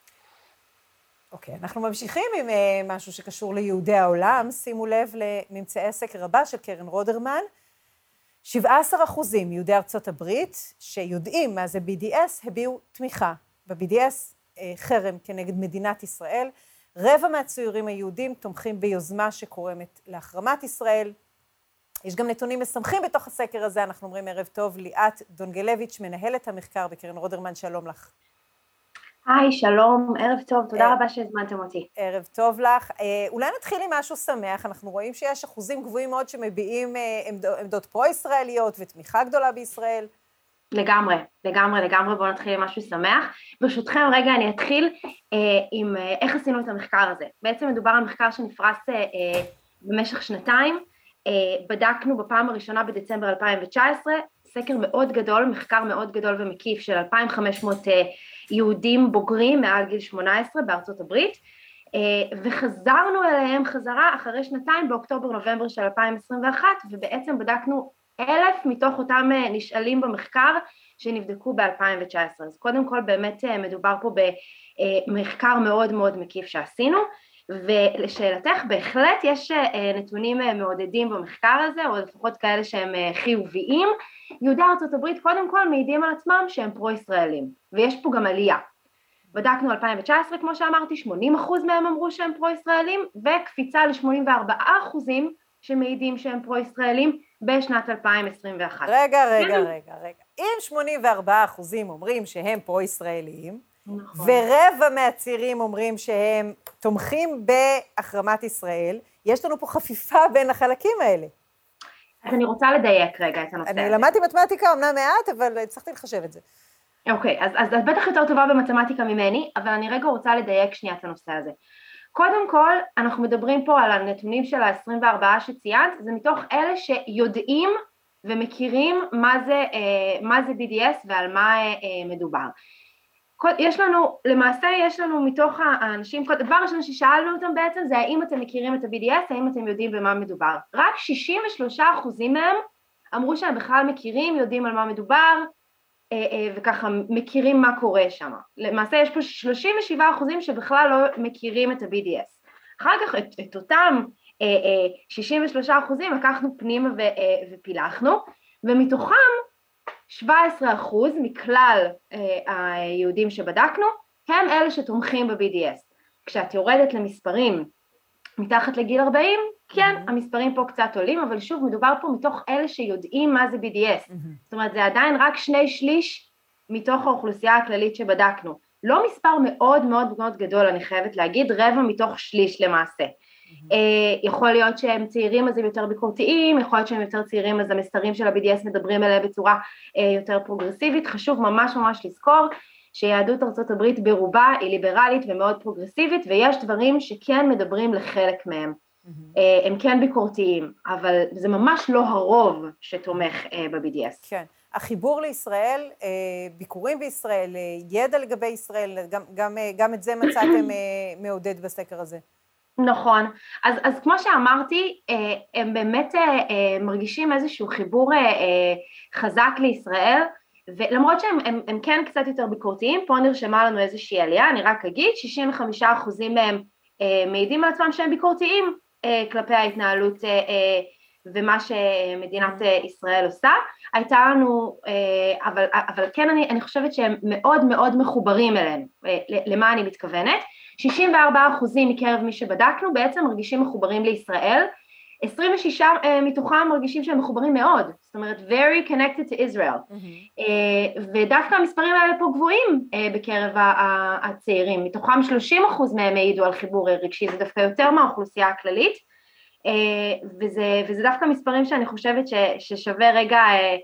אוקיי, אנחנו ממשיכים עם משהו שקשור ליהודי העולם. שימו לב לממצאי הסקר הבא של קרן רודרמן. שבעה עשר אחוזים מיהודי ארצות הברית שיודעים מה זה בי די אס הביעו תמיכה ב-בי די אס, חרם כנגד מדינת ישראל. רבע מהצעירים היהודים תומכים ביוזמה שקורמת להחרמת ישראל. יש גם נתונים משמחים בתוך הסקר הזה, אנחנו אומרים ערב טוב, ליאת דונגלביץ', מנהלת המחקר בקרן רודרמן, שלום לך. היי, שלום, ערב טוב, תודה רבה שהזמנתם אותי. ערב טוב לך. אולי נתחיל עם משהו שמח, אנחנו רואים שיש אחוזים גבוהים מאוד שמביעים עמדות פרו-ישראליות ותמיכה גדולה בישראל. לגמרי, לגמרי, לגמרי, בואו נתחיל עם משהו שמח. ברשותכם, רגע, אני אתחיל אה, עם אה, איך עשינו את המחקר הזה. בעצם מדובר על מחקר שנפרס אה, אה, במשך שנתיים, אה, בדקנו בפעם הראשונה בדצמבר אלפיים תשע עשרה, סקר מאוד גדול, מחקר מאוד גדול ומקיף של אלפיים וחמש מאות אה, יהודים בוגרים מעל גיל שמונה עשרה בארצות הברית, וחזרנו אליהם חזרה אחרי שנתיים באוקטובר-נובמבר של אלפיים עשרים ואחת, ובעצם בדקנו אלף מתוך אותם נשאלים במחקר שנבדקו ב-אלפיים תשע עשרה. אז קודם כל באמת מדובר פה במחקר מאוד מאוד מקיף שעשינו, ולשאלתך בהחלט יש נתונים מעודדים במחקר הזה, או לפחות כאלה שהם חיוביים. יהודי ארצות הברית קודם כל מעידים על עצמם שהם פרו-ישראלים, ויש פה גם עלייה. בדקנו אלפיים תשע עשרה, כמו שאמרתי, שמונים אחוז מהם אמרו שהם פרו-ישראלים, וקפיצה ל-שמונים וארבעה אחוזים שמעידים שהם פרו-ישראלים בשנת אלפיים עשרים ואחת. רגע, רגע, רגע, רגע. אם שמונים וארבעה אחוזים אומרים שהם פרו-ישראלים, נכון. ורבע מהצעירים אומרים שהם תומכים בהחרמת ישראל, יש לנו פה חפיפה בין החלקים האלה. אז אני רוצה לדייק רגע את הנושא הזה. אני למדתי מתמטיקה, אמנם מעט, אבל צריכתי לחשב את זה. אוקיי, אז, אז את בטח יותר טובה במתמטיקה ממני, אבל אני רגע רוצה לדייק שנייה את הנושא הזה. קודם כל, אנחנו מדברים פה על הנתונים של ה-עשרים וארבעה שציינת, זה מתוך אלה שיודעים ומכירים מה זה, מה זה בי די אס ועל מה מדובר. יש לנו, למעשה יש לנו מתוך האנשים, דבר ראשון ששאלנו אותם בעצם זה האם אתם מכירים את ה-בי די אס, האם אתם יודעים במה מדובר. רק שישים ושלושה אחוזים מהם אמרו שהם בכלל מכירים, יודעים על מה מדובר, וככה מכירים מה קורה שם. למעשה יש פה שלושים ושבעה אחוזים שבכלל לא מכירים את ה-בי די אס. אחר כך את, את אותם שישים ושלושה אחוזים לקחנו פנימה ופילחנו, ומתוכם שבע עשרה אחוז מכלל היהודים שבדקנו הם אלה שתומכים ב-בי די אס. כשאת יורדת למספרים מתחת לגיל ארבעים, כן, mm-hmm. המספרים פה קצת עולים, אבל שוב מדובר פה מתוך אלה שיודעים מה זה בי די אס. Mm-hmm. זאת אומרת, זה עדיין רק שני שליש מתוך האוכלוסייה הכללית שבדקנו. לא מספר מאוד מאוד מאוד גדול, אני חייבת להגיד, רבע מתוך שליש למעשה. Mm-hmm. אה, יכול להיות שהם צעירים אז הם יותר ביקורתיים, יכול להיות שהם יותר צעירים אז המסרים של ה-בי די אס מדברים עליה בצורה אה, יותר פרוגרסיבית. חשוב ממש ממש לזכור שיהדות ארצות הברית ברובה היא ליברלית ומאוד פרוגרסיבית, ויש דברים שכן מדברים לחלק מהם. Mm-hmm. הם כן ביקורתיים, אבל זה ממש לא הרוב שתומך ב-בי די אס. כן. החיבור לישראל, ביקורים בישראל, ידע לגבי ישראל, גם, גם, גם את זה מצאתם מעודד בסקר הזה. נכון. אז, אז כמו שאמרתי, הם באמת מרגישים איזשהו חיבור חזק לישראל, ולמרות שהם הם, הם כן קצת יותר ביקורתיים, פה נרשמה לנו איזושהי עלייה, אני רק אגיד, שישים וחמישה אחוזים מהם מעידים על עצמם שהם ביקורתיים כלפי ההתנהלות ומה שמדינת ישראל עושה. הייתה לנו, אבל, אבל כן אני, אני חושבת שהם מאוד מאוד מחוברים אלינו, למה אני מתכוונת. שישים וארבעה אחוזים מקרב מי שבדקנו בעצם מרגישים מחוברים לישראל, עשרים ושישה מתוכם מרגישים שהם מחוברים מאוד, זאת אומרת, very connected to Israel, mm-hmm. ודווקא המספרים האלה פה גבוהים בקרב הצעירים, מתוכם שלושים אחוז מהם העידו על חיבור רגשי, זה דווקא יותר מהאוכלוסייה הכללית, וזה, וזה דווקא מספרים שאני חושבת ש, ששווה רגע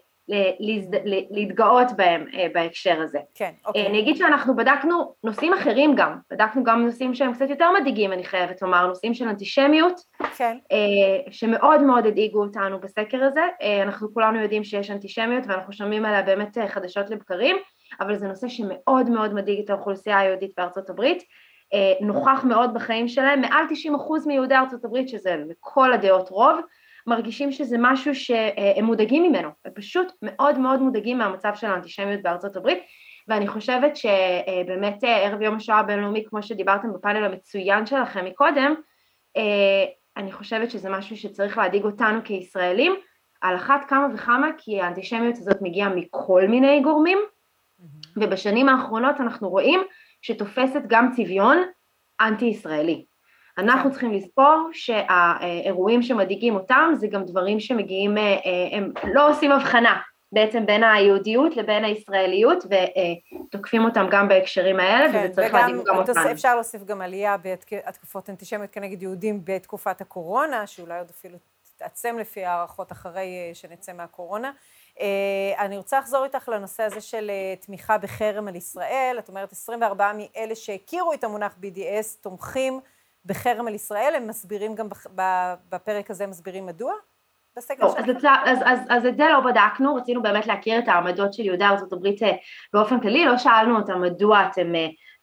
להתגאות בהם בהקשר הזה. כן, אוקיי. אני אגיד שאנחנו בדקנו נושאים אחרים גם, בדקנו גם נושאים שהם קצת יותר מדאיגים, אני חייבת לומר, נושאים של אנטישמיות, כן. שמאוד מאוד הדאיגו אותנו בסקר הזה. אנחנו כולנו יודעים שיש אנטישמיות, ואנחנו שומעים עליה באמת חדשות לבקרים, אבל זה נושא שמאוד מאוד מדאיג את האוכלוסייה היהודית בארצות הברית, נוכח מאוד בחיים שלהם, מעל תשעים אחוז מיהודי ארצות הברית, שזה בכל הדעות רוב, מרגישים שזה משהו שהם מודאגים ממנו, הם פשוט מאוד מאוד מודאגים מהמצב של האנטישמיות בארצות הברית, ואני חושבת שבאמת ערב יום השואה הבינלאומי, כמו שדיברתם בפאנל המצוין שלכם מקודם, אני חושבת שזה משהו שצריך להדאיג אותנו כישראלים, על אחת כמה וכמה, כי האנטישמיות הזאת מגיעה מכל מיני גורמים, ובשנים האחרונות אנחנו רואים שתופסת גם צביון אנטי-ישראלי. אנחנו צריכים לזכור שהאירועים שמדאיגים אותם, זה גם דברים שמגיעים, הם לא עושים הבחנה בעצם בין היהודיות לבין הישראליות, ותוקפים אותם גם בהקשרים האלה, וזה צריך להדאיג גם אותנו. אפשר להוסיף גם עלייה בהתקפות אנטישמיות כנגד יהודים בתקופת הקורונה, שאולי עוד אפילו תתעצם לפי הערכות אחרי שנצא מהקורונה. אני רוצה לחזור איתך לנושא הזה של תמיכה בחרם על ישראל. את אומרת, עשרים וארבעה מאלה שהכירו את המונח בי די אס תומכים בחרם על ישראל, הם מסבירים גם בפרק הזה, מסבירים מדוע? לא, אז, אז, אז, אז את זה לא בדקנו, רצינו באמת להכיר את העמדות של יהודי ארצות הברית באופן כללי, לא שאלנו אותם מדוע אתם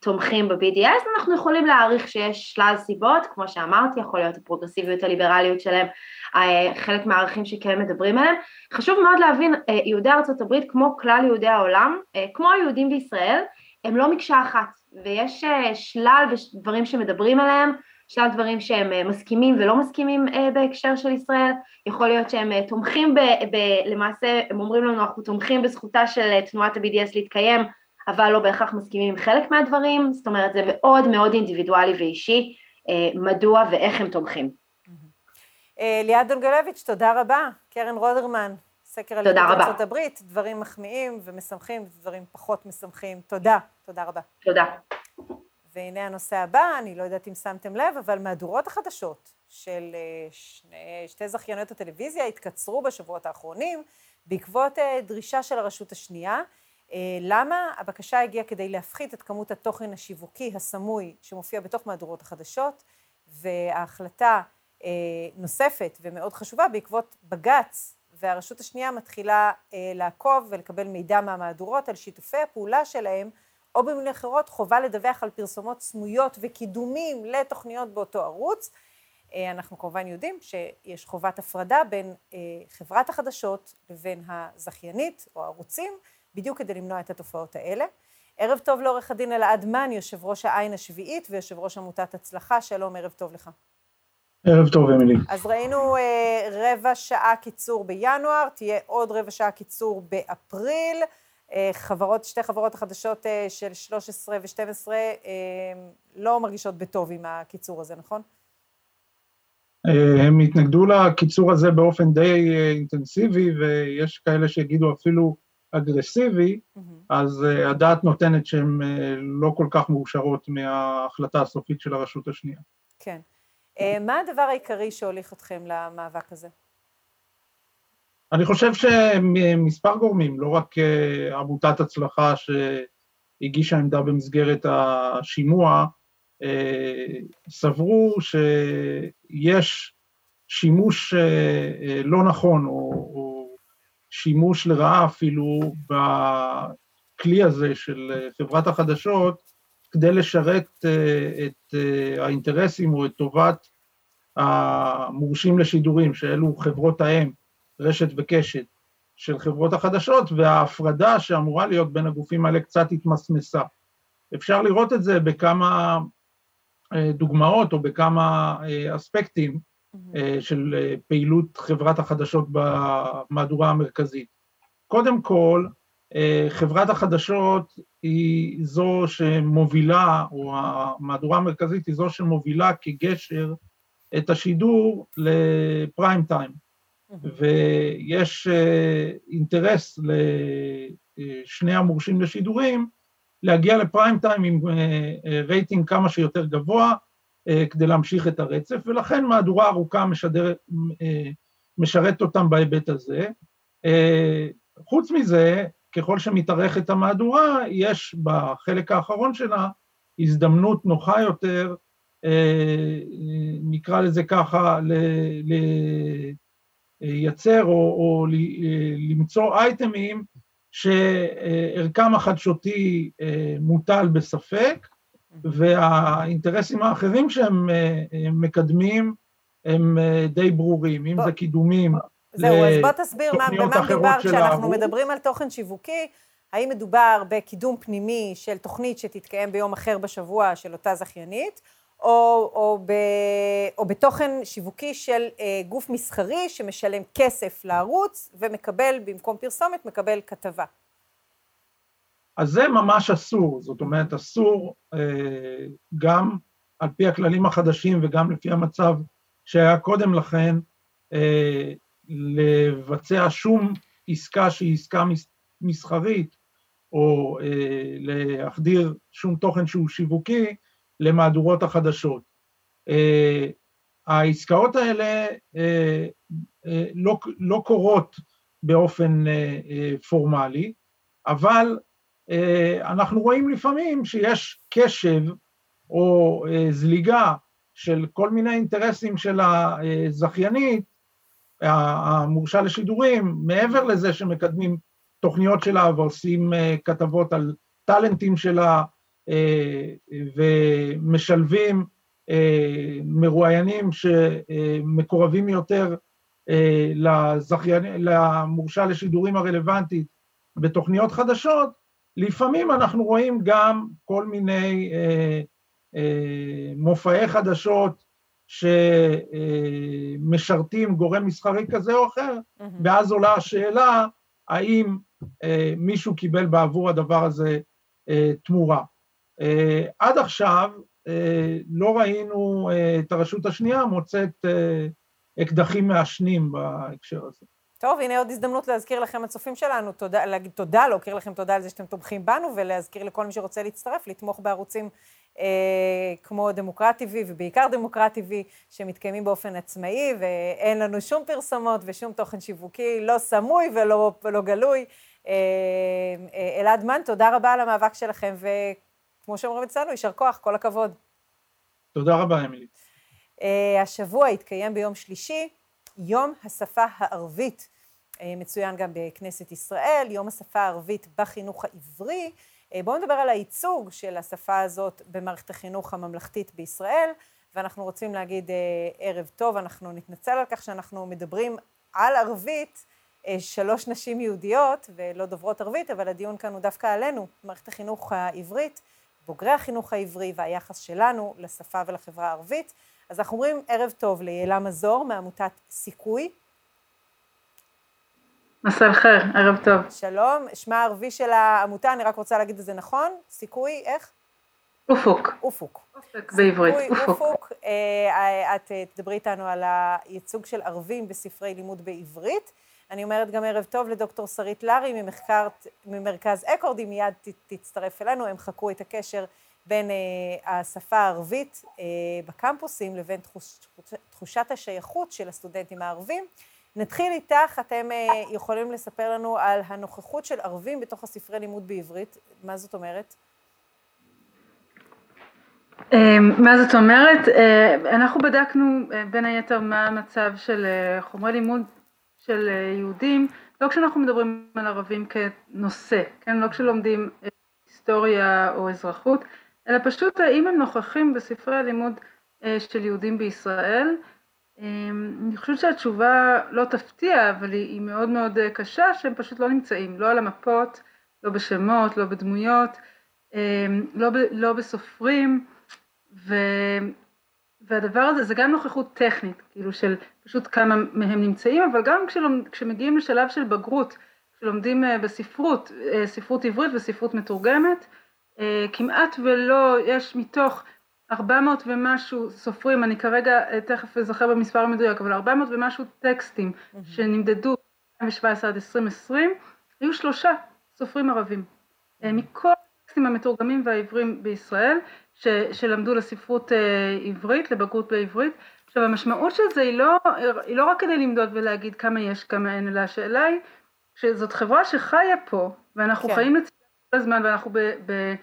תומכים ב-בי די אס, אנחנו יכולים להעריך שיש שלל סיבות, כמו שאמרתי, יכול להיות הפרוגרסיביות, הליברליות שלהם, חלק מהערכים שכן מדברים עליהם. חשוב מאוד להבין, יהודי ארצות הברית, כמו כלל יהודי העולם, כמו היהודים בישראל, הם לא מקשה אחת, ויש שלל דברים שמדברים עליהם, שלל דברים שהם מסכימים ולא מסכימים בהקשר של ישראל, יכול להיות שהם תומכים, ב, ב, למעשה הם אומרים לנו, אנחנו תומכים בזכותה של תנועת ה-בי די אס להתקיים, אבל לא בהכרח מסכימים עם חלק מהדברים, זאת אומרת זה מאוד מאוד אינדיבידואלי ואישי, מדוע ואיך הם תומכים. ליאת דונגלביץ', תודה רבה. קרן רודרמן, סקר על יהודי ארצות הברית, דברים מחמיאים ומשמחים, דברים פחות משמחים. תודה, תודה רבה. תודה. והנה הנושא הבא, אני לא יודעת אם שמתם לב, אבל מהדורות החדשות של שני, שתי זכייניות הטלוויזיה התקצרו בשבועות האחרונים, בעקבות דרישה של הרשות השנייה. למה? הבקשה הגיעה כדי להפחית את כמות התוכן השיווקי הסמוי שמופיע בתוך מהדורות החדשות, וההחלטה נוספת ומאוד חשובה בעקבות בג"ץ, והרשות השנייה מתחילה לעקוב ולקבל מידע מהמהדורות על שיתופי הפעולה שלהם, או במילים אחרות חובה לדווח על פרסומות סמויות וקידומים לתוכניות באותו ערוץ. אנחנו כמובן יודעים שיש חובת הפרדה בין חברת החדשות לבין הזכיינית או הערוצים, בדיוק כדי למנוע את התופעות האלה. ערב טוב לעורך הדין אלעד מן, יושב ראש העין השביעית ויושב ראש עמותת הצלחה. שלום, ערב טוב לך. ערב טוב, אמילי. אז ראינו אה, רבע שעה קיצור בינואר, תהיה עוד רבע שעה קיצור באפריל. אה, חברות, שתי חברות החדשות אה, של שלוש עשרה ו-שתים עשרה אה, לא מרגישות בטוב עם הקיצור הזה, נכון? אה, הם התנגדו לקיצור הזה באופן די אה, אינטנסיבי, ויש כאלה שיגידו אפילו אגרסיבי, mm-hmm. אז uh, הדעת נותנת שהן uh, לא כל כך מאושרות מההחלטה הסופית של הרשות השנייה. כן. Uh, מה הדבר העיקרי שהוליך אתכם למאבק הזה? אני חושב שמספר גורמים, לא רק uh, עמותת הצלחה שהגישה עמדה במסגרת השימוע, uh, סברו שיש שימוש uh, uh, לא נכון, או, או שימוש לרעה אפילו בכלי הזה של חברת החדשות, כדי לשרת את האינטרסים או את טובת המורשים לשידורים, שאלו חברות האם, רשת וקשת של חברות החדשות, וההפרדה שאמורה להיות בין הגופים האלה קצת התמסמסה. אפשר לראות את זה בכמה דוגמאות או בכמה אספקטים, של פעילות חברת החדשות במהדורה המרכזית. קודם כל, חברת החדשות היא זו שמובילה, או המהדורה המרכזית היא זו שמובילה כגשר את השידור לפריים טיים. ויש אינטרס לשני המורשים לשידורים להגיע לפריים טיים עם רייטינג כמה שיותר גבוה, כדי להמשיך את הרצף, ולכן מהדורה ארוכה משדר, משרת אותם בהיבט הזה. חוץ מזה, ככל שמתארכת המהדורה, יש בחלק האחרון שלה הזדמנות נוחה יותר, נקרא לזה ככה, לייצר או, או למצוא אייטמים שערכם החדשותי מוטל בספק, והאינטרסים האחרים שהם מקדמים הם די ברורים, אם זה קידומים. זהו, אז בוא תסביר במה מדובר כשאנחנו מדברים על תוכן שיווקי, האם מדובר בקידום פנימי של תוכנית שתתקיים ביום אחר בשבוע של אותה זכיינית, או, או, ב, או בתוכן שיווקי של אה, גוף מסחרי שמשלם כסף לערוץ ומקבל, במקום פרסומת, מקבל כתבה. אז זה ממש אסור, זאת אומרת, אסור אה, גם על פי הכללים החדשים וגם לפי המצב שהיה קודם לכן, אה, לבצע שום עסקה שהיא עסקה מסחרית, או אה, להחדיר שום תוכן שהוא שיווקי למהדורות החדשות. אה, העסקאות האלה אה, אה, לא, לא קורות באופן אה, אה, פורמלי, אבל אנחנו רואים לפעמים שיש קשב או זליגה של כל מיני אינטרסים של הזכיינית, המורשה לשידורים, מעבר לזה שמקדמים תוכניות שלה ועושים כתבות על טלנטים שלה, ומשלבים מרואיינים שמקורבים יותר לזכיין, למורשה לשידורים הרלוונטית בתוכניות חדשות, לפעמים אנחנו רואים גם כל מיני מופעי חדשות שמשרתים גורם מסחרי כזה או אחר, ואז עולה השאלה, האם מישהו קיבל בעבור הדבר הזה תמורה. עד עכשיו לא ראינו את הרשות השנייה מוצאת אקדחים מעשנים בהקשר הזה. טוב, הנה עוד הזדמנות להזכיר לכם הצופים שלנו, תודה, להגיד תודה, להוקיר לכם תודה על זה שאתם תומכים בנו, ולהזכיר לכל מי שרוצה להצטרף, לתמוך בערוצים אה, כמו דמוקרט טי וי, ובעיקר דמוקרט טי וי, שמתקיימים באופן עצמאי, ואין לנו שום פרסומות ושום תוכן שיווקי, לא סמוי ולא, ולא גלוי. אה, אה, אלעד מן, תודה רבה על המאבק שלכם, וכמו שאומרים אצלנו, יישר כוח, כל הכבוד. תודה רבה, אמילי. אה, השבוע התקיים ביום שלישי, יום השפה הערבית, מצוין גם בכנסת ישראל, יום השפה הערבית בחינוך העברי. בואו נדבר על הייצוג של השפה הזאת במערכת החינוך הממלכתית בישראל, ואנחנו רוצים להגיד ערב טוב, אנחנו נתנצל על כך שאנחנו מדברים על ערבית, שלוש נשים יהודיות ולא דוברות ערבית, אבל הדיון כאן הוא דווקא עלינו, מערכת החינוך העברית, בוגרי החינוך העברי והיחס שלנו לשפה ולחברה הערבית. אז אנחנו אומרים ערב טוב ליעלה מזור מעמותת סיכוי. מסע חיר, ערב טוב. שלום, שמה הערבי של העמותה, אני רק רוצה להגיד את זה נכון, סיכוי, איך? אופוק. אופוק. אופק בעברית, אופוק. אופוק, אה, את תדברי איתנו על הייצוג של ערבים בספרי לימוד בעברית. אני אומרת גם ערב טוב לדוקטור שרית לרי ממחקר, ממרכז אקורדי, מיד תצטרף אלינו, הם חקרו את הקשר בין uh, השפה הערבית uh, בקמפוסים לבין תחוש, תחושת השייכות של הסטודנטים הערבים. נתחיל איתך, אתם uh, יכולים לספר לנו על הנוכחות של ערבים בתוך הספרי לימוד בעברית, מה זאת אומרת? מה זאת אומרת? אנחנו בדקנו בין היתר מה המצב של חומרי לימוד של יהודים, לא כשאנחנו מדברים על ערבים כנושא, כן? לא כשלומדים היסטוריה או אזרחות, אלא פשוט האם הם נוכחים בספרי הלימוד של יהודים בישראל. אני חושבת שהתשובה לא תפתיע, אבל היא מאוד מאוד קשה, שהם פשוט לא נמצאים, לא על המפות, לא בשמות, לא בדמויות, לא, ב, לא בסופרים, ו, והדבר הזה זה גם נוכחות טכנית, כאילו של פשוט כמה מהם נמצאים, אבל גם כשלומד, כשמגיעים לשלב של בגרות, כשלומדים בספרות, ספרות עברית וספרות מתורגמת, כמעט ולא, יש מתוך ארבע מאות ומשהו סופרים, אני כרגע תכף אזכר במספר המדויק, אבל ארבע מאות ומשהו טקסטים mm-hmm. שנמדדו אלפיים שבע עשרה עד עשרים עשרים, היו שלושה סופרים ערבים. Mm-hmm. מכל הטקסטים המתורגמים והעברים בישראל, ש, שלמדו לספרות עברית, לבגרות בעברית. עכשיו, המשמעות של זה היא לא, היא לא רק כדי למדוד ולהגיד כמה יש, כמה אין, אלא השאלה היא שזאת חברה שחיה פה, ואנחנו כן. חיים לצידה כל הזמן, ואנחנו ב... ב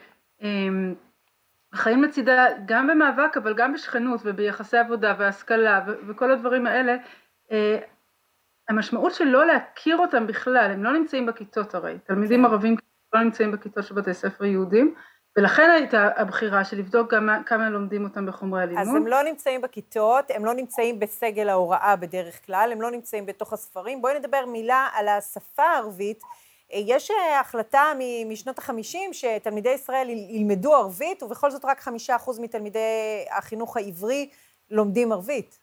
חיים לצידה גם במאבק, אבל גם בשכנות וביחסי עבודה והשכלה ו- וכל הדברים האלה. המשמעות של לא להכיר אותם בכלל, הם לא נמצאים בכיתות הרי, תלמידים ערבים לא נמצאים בכיתות של בתי ספר יהודים, ולכן הייתה הבחירה של לבדוק גם כמה לומדים אותם בחומרי הלימוד. אז הם לא נמצאים בכיתות, הם לא נמצאים בסגל ההוראה בדרך כלל, הם לא נמצאים בתוך הספרים. בואי נדבר מילה על השפה הערבית. יש החלטה משנות החמישים שתלמידי ישראל ילמדו ערבית, ובכל זאת רק חמישה אחוז מתלמידי החינוך העברי לומדים ערבית.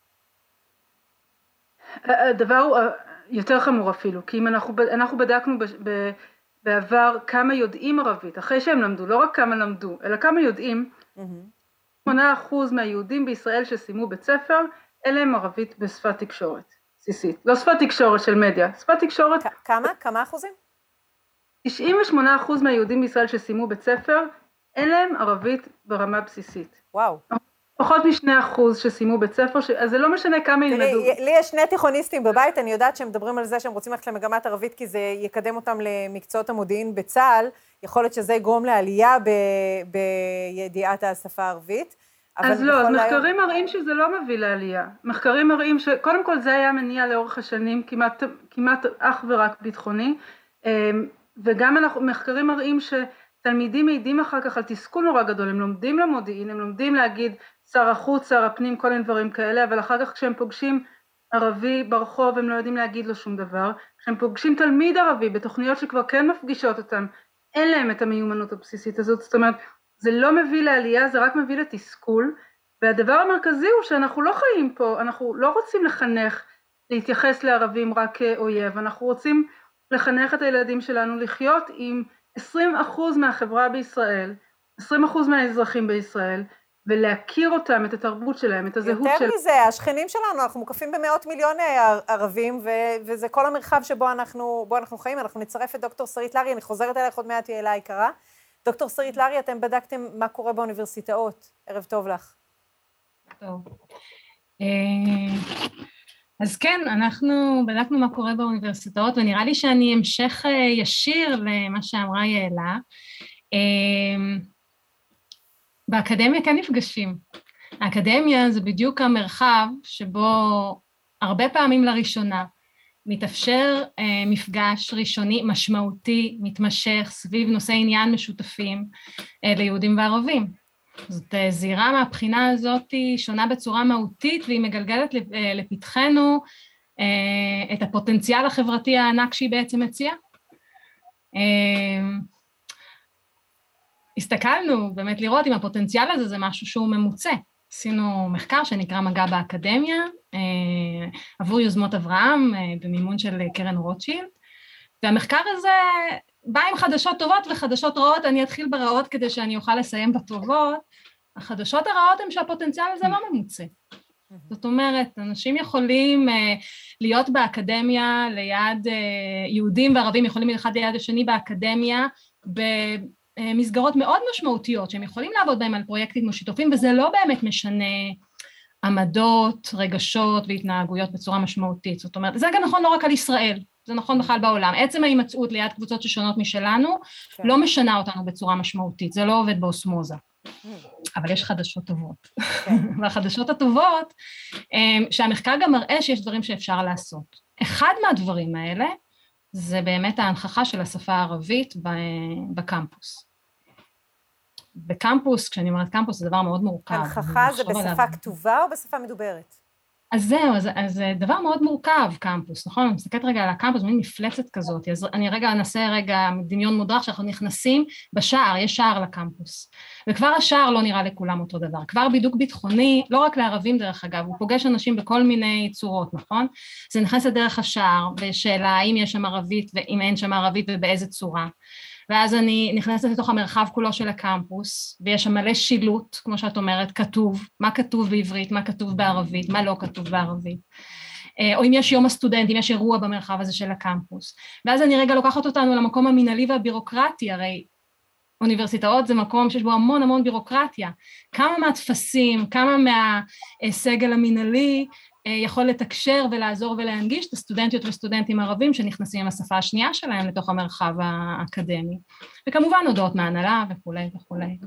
הדבר הוא יותר חמור אפילו, כי אם אנחנו, אנחנו בדקנו ב, ב, בעבר כמה יודעים ערבית, אחרי שהם למדו, לא רק כמה למדו, אלא כמה יודעים, שמונה אחוז מהיהודים בישראל שסיימו בית ספר, אלה הם ערבית בשפת תקשורת. בסיסית. לא שפת תקשורת של מדיה, שפת תקשורת... כמה? כמה אחוזים? תשעים ושמונה אחוז מהיהודים בישראל שסיימו בית ספר, אין להם ערבית ברמה בסיסית. וואו. פחות משני אחוז שסיימו בית ספר, ש... אז זה לא משנה כמה ילמדו. לי יש שני תיכוניסטים בבית, אני יודעת שהם מדברים על זה שהם רוצים ללכת למגמת ערבית, כי זה יקדם אותם למקצועות המודיעין בצה"ל, יכול להיות שזה יגרום לעלייה ב... בידיעת השפה הערבית. אז לא, אז מחקרים מראים שזה לא מביא לעלייה. מחקרים מראים שקודם כל זה היה מניע לאורך השנים, כמעט, כמעט אך ורק ביטחוני, וגם אנחנו, מחקרים מראים תלמידים מעידים אחר כך על תסכול נורא גדול, הם לומדים למודיעין, הם לומדים להגיד שר החוץ, שר הפנים, כל מיני דברים כאלה, אבל אחר כך כשהם פוגשים ערבי ברחוב, הם לא יודעים להגיד לו שום דבר, כשהם פוגשים תלמיד ערבי בתוכניות שכבר כן מפגישות אותם, אין להם את המיומנות הבסיסית הזאת, זאת אומרת, זה לא מביא לעלייה, זה רק מביא לתסכול, והדבר המרכזי הוא שאנחנו לא חיים פה, אנחנו לא רוצים לחנך, להתייחס לערבים רק כאויב, אנחנו רוצים לחנך את הילדים שלנו לחיות עם עשרים אחוז מהחברה בישראל, עשרים אחוז מהאזרחים בישראל, ולהכיר אותם, את התרבות שלהם, את הזהות שלהם. יותר מזה, השכנים שלנו, אנחנו מוקפים במאות מיליוני ערבים, ו- וזה כל המרחב שבו אנחנו, בו אנחנו חיים. אנחנו נצרף את דוקטור שרית לרי, אני חוזרת אלייך עוד מעט, יעלה היקרה. דוקטור שרית לרי, אתם בדקתם מה קורה באוניברסיטאות. ערב טוב לך. טוב. אז כן, אנחנו בדקנו מה קורה באוניברסיטאות, ונראה לי שאני המשך ישיר למה שאמרה יעלה. באקדמיה כן נפגשים. האקדמיה זה בדיוק המרחב שבו הרבה פעמים לראשונה מתאפשר אה, מפגש ראשוני משמעותי, מתמשך, סביב נושאי עניין משותפים אה, ליהודים וערבים. זאת אה, זירה מהבחינה הזאת היא שונה בצורה מהותית, והיא מגלגלת אה, לפתחנו אה, את הפוטנציאל החברתי הענק שהיא בעצם מציעה. אה, הסתכלנו באמת לראות אם הפוטנציאל הזה זה משהו שהוא ממוצע. עשינו מחקר שנקרא מגע באקדמיה, אה, עבור יוזמות אברהם, אה, במימון של קרן רוטשילד, והמחקר הזה בא עם חדשות טובות וחדשות רעות, אני אתחיל ברעות כדי שאני אוכל לסיים בטובות. החדשות הרעות הן שהפוטנציאל הזה לא ממוצע. זאת אומרת, אנשים יכולים אה, להיות באקדמיה ליד, אה, יהודים וערבים יכולים אחד ליד השני באקדמיה, ב... מסגרות מאוד משמעותיות, שהם יכולים לעבוד בהם על פרויקטים משותפים, וזה לא באמת משנה עמדות, רגשות והתנהגויות בצורה משמעותית. זאת אומרת, זה גם נכון לא רק על ישראל, זה נכון בכלל בעולם. עצם ההימצאות ליד קבוצות ששונות משלנו, כן. לא משנה אותנו בצורה משמעותית, זה לא עובד באוסמוזה. אבל יש חדשות טובות. כן. והחדשות הטובות, שהמחקר גם מראה שיש דברים שאפשר לעשות. אחד מהדברים האלה, זה באמת ההנכחה של השפה הערבית בקמפוס. בקמפוס, כשאני אומרת קמפוס, זה דבר מאוד מורכב. הנכחה זה בשפה כתובה או בשפה מדוברת? אז זהו, אז, אז זה דבר מאוד מורכב, קמפוס, נכון? אני מסתכלת רגע על הקמפוס, מין מפלצת כזאת, אז אני רגע אנסה רגע דמיון מודרך, שאנחנו נכנסים בשער, יש שער לקמפוס, וכבר השער לא נראה לכולם אותו דבר, כבר בידוק ביטחוני, לא רק לערבים דרך אגב, הוא פוגש אנשים בכל מיני צורות, נכון? זה נכנס לדרך השער, ושאלה האם יש שם ערבית, ואם אין שם ערבית ובאיזה צורה, ואז אני נכנסת לתוך המרחב כולו של הקמפוס, ויש שם מלא שילוט, כמו שאת אומרת, כתוב, מה כתוב בעברית, מה כתוב בערבית, מה לא כתוב בערבית, או אם יש יום הסטודנט, אם יש אירוע במרחב הזה של הקמפוס. ואז אני רגע לוקחת אותנו למקום המנהלי והבירוקרטי, הרי אוניברסיטאות זה מקום שיש בו המון המון בירוקרטיה, כמה מהתפסים, כמה מהסגל המנהלי, יכול לתקשר ולעזור ולהנגיש את הסטודנטיות וסטודנטים ערבים שנכנסים עם השפה השנייה שלהם לתוך המרחב האקדמי. וכמובן הודעות מהנהלה וכולי וכולי.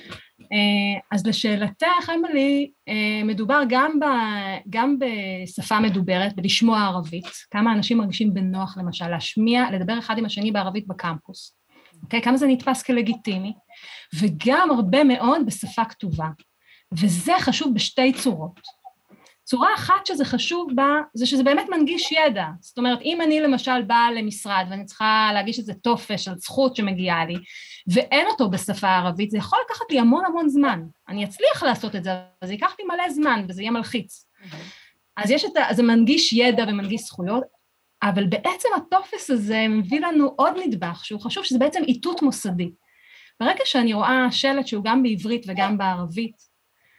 אז לשאלתך, אמילי, מדובר גם, ב, גם בשפה מדוברת, בלשמוע ערבית, כמה אנשים מרגישים בנוח למשל להשמיע, לדבר אחד עם השני בערבית בקמפוס. אוקיי? כמה זה נתפס כלגיטימי, וגם הרבה מאוד בשפה כתובה. וזה חשוב בשתי צורות. צורה אחת שזה חשוב בה, זה שזה באמת מנגיש ידע. זאת אומרת, אם אני למשל באה למשרד, ואני צריכה להגיש איזה טופס של זכות שמגיעה לי, ואין אותו בשפה הערבית, זה יכול לקחת לי המון המון זמן. אני אצליח לעשות את זה, אבל זה ייקח לי מלא זמן, וזה יהיה מלחיץ. אז יש את ה... זה מנגיש ידע ומנגיש זכויות, אבל בעצם הטופס הזה מביא לנו עוד נדבך, שהוא חשוב שזה בעצם איתות מוסדי. ברגע שאני רואה שלט שהוא גם בעברית וגם בערבית,